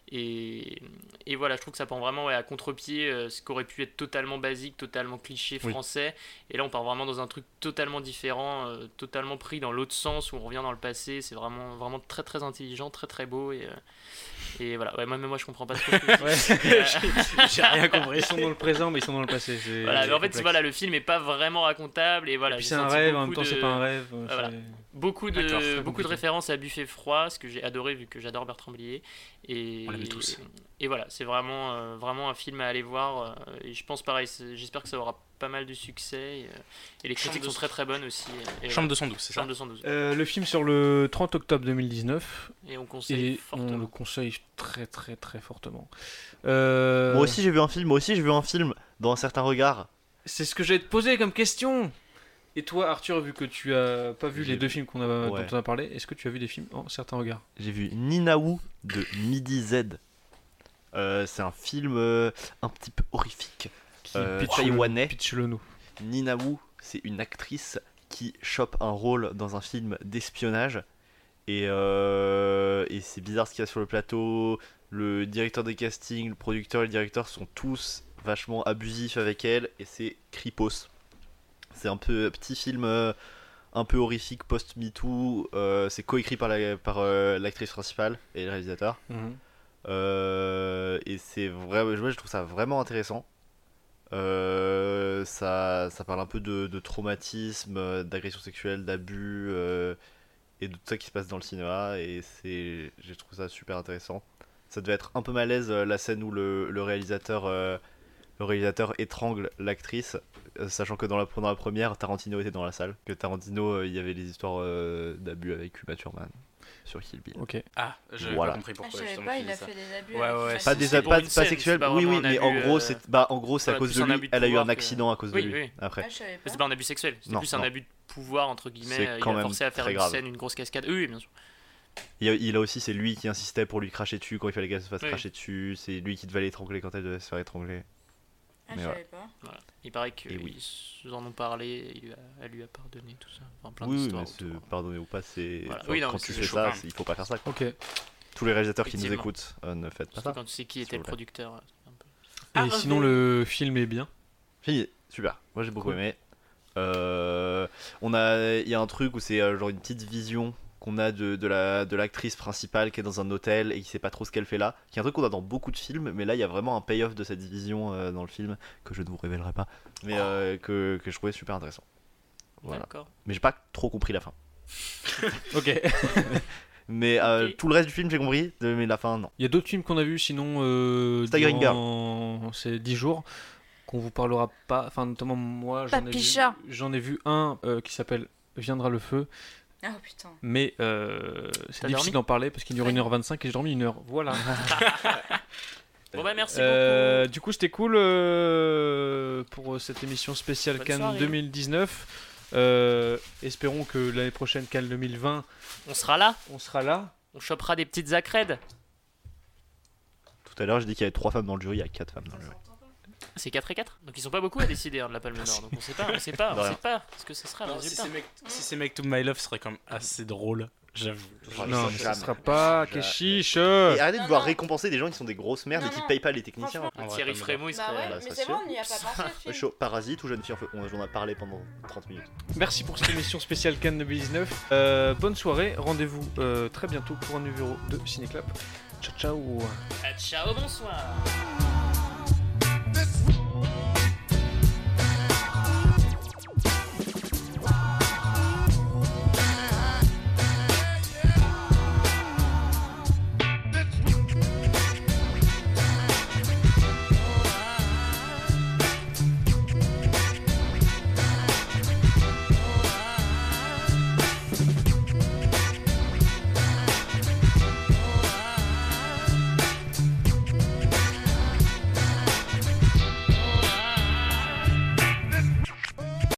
et voilà, je trouve que ça prend vraiment à contre-pied ce qui aurait pu être totalement basique, totalement cliché français, et là on part vraiment dans un truc totalement différent, totalement pris dans l'autre sens où on revient dans le passé, c'est vraiment, vraiment très très intelligent, très très beau, et voilà, moi je comprends pas trop. J'ai rien compris. Ils sont dans le présent, mais ils sont dans le passé. Voilà, mais en fait, le film est pas vraiment racontable et voilà. Et puis c'est un rêve, en même temps, c'est pas un rêve. Beaucoup de références à Buffet froid, ce que j'ai adoré vu que j'adore Bertrand Blier. On l'aime tous. Et voilà, c'est vraiment, vraiment un film à aller voir. Et je pense pareil, j'espère que ça aura pas mal de succès. Et les critiques sont très très bonnes aussi. Chambre 212, c'est ça. Chambre 212. Le film sort le 30 octobre 2019. Et on conseille fortement. On le conseille très très très fortement. Moi aussi j'ai vu un film dans un certain regard. C'est ce que j'allais te poser comme question. Et toi, Arthur, vu que tu as pas vu les deux films dont on a parlé, est-ce que tu as vu des films en certains regards? J'ai vu Ninaou de Midi Z. C'est un film un petit peu horrifique. Taïwanais. Pitch-le-nous. Ninaou, c'est une actrice qui chope un rôle dans un film d'espionnage. Et c'est bizarre ce qu'il y a sur le plateau. Le directeur des castings, le producteur et le directeur sont tous vachement abusifs avec elle. Et c'est cripos. C'est un petit film un peu horrifique post-MeToo. C'est coécrit par l'actrice principale et le réalisateur. Et c'est vrai, je trouve ça vraiment intéressant. Ça parle un peu de traumatisme, d'agression sexuelle, d'abus et de tout ça qui se passe dans le cinéma. Et j'ai trouvé ça super intéressant. Ça devait être un peu malaise la scène où le réalisateur étrangle l'actrice, sachant que dans la première, Tarantino était dans la salle. Que Tarantino, il y avait les histoires d'abus avec Uma Thurman sur Kill Bill. Ok. Ah, j'avais pas compris pourquoi. Je savais pas, il a fait des abus. Pas sexuels. Oui, mais en gros, c'est à cause de lui. Elle a eu un accident à cause de lui. Après. C'est pas un abus sexuel, c'est plus un abus de pouvoir entre guillemets. Il a forcé à faire une scène, une grosse cascade. Oui, bien sûr. Il a aussi, c'est lui qui insistait pour lui cracher dessus quand il fallait qu'elle se fasse cracher dessus. C'est lui qui devait l'étrangler quand elle devait se faire étrangler. Je savais pas. Voilà. Il paraît qu'ils en ont parlé, elle lui a pardonné tout ça. Enfin, plein oui, d'histoires. Mais pardonner ou pas, c'est. Voilà. Quand tu fais ça, il faut pas faire ça. Quoi. Ok. Tous les réalisateurs qui nous écoutent ne faites pas ça. Quand tu sais qui était le producteur. Et sinon, le film est bien. Super. Moi j'ai beaucoup aimé. Il y a un truc où c'est genre une petite vision qu'on a de l'actrice principale qui est dans un hôtel et qui sait pas trop ce qu'elle fait là, qui est un truc qu'on a dans beaucoup de films, mais là il y a vraiment un payoff de cette vision dans le film que je ne vous révélerai pas, mais que je trouvais super intéressant. Voilà. D'accord. Mais j'ai pas trop compris la fin. Ok. Mais tout le reste du film j'ai compris, mais la fin non. Il y a d'autres films qu'on a vus sinon Staggering Girl ces 10 jours qu'on vous parlera pas, enfin notamment moi j'en ai vu un qui s'appelle Viendra le feu. Oh putain. Mais c'est difficile d'en parler parce qu'il dure 1h25 et j'ai dormi 1h. Voilà. Bon bah merci beaucoup. Du coup c'était cool pour cette émission spéciale Cannes 2019. Espérons que l'année prochaine, Cannes 2020, on sera là. On chopera des petites accrèdes. Tout à l'heure j'ai dit qu'il y avait 3 femmes dans le jury, il y a 4 femmes dans le jury. C'est 4 et 4. Donc ils sont pas beaucoup à décider de la Palme d'Or. Donc on sait pas ce que ce sera le résultat. Si c'est Make to My Love, ce serait quand même assez drôle. J'avoue. Non, mais ça sera pas Keshish. Et arrêtez de vouloir récompenser des gens qui sont des grosses merdes et qui payent pas les techniciens. Thierry Frémaux, il serait. Mais c'est bon, on n'y a pas pensé. Chaud. Parasite ou Jeune Fille, on en a parlé pendant 30 minutes. Merci pour cette émission spéciale Cannes 2019. Bonne soirée, rendez-vous très bientôt pour un numéro de Cinéclap. Ciao, ciao. Ciao, bonsoir. This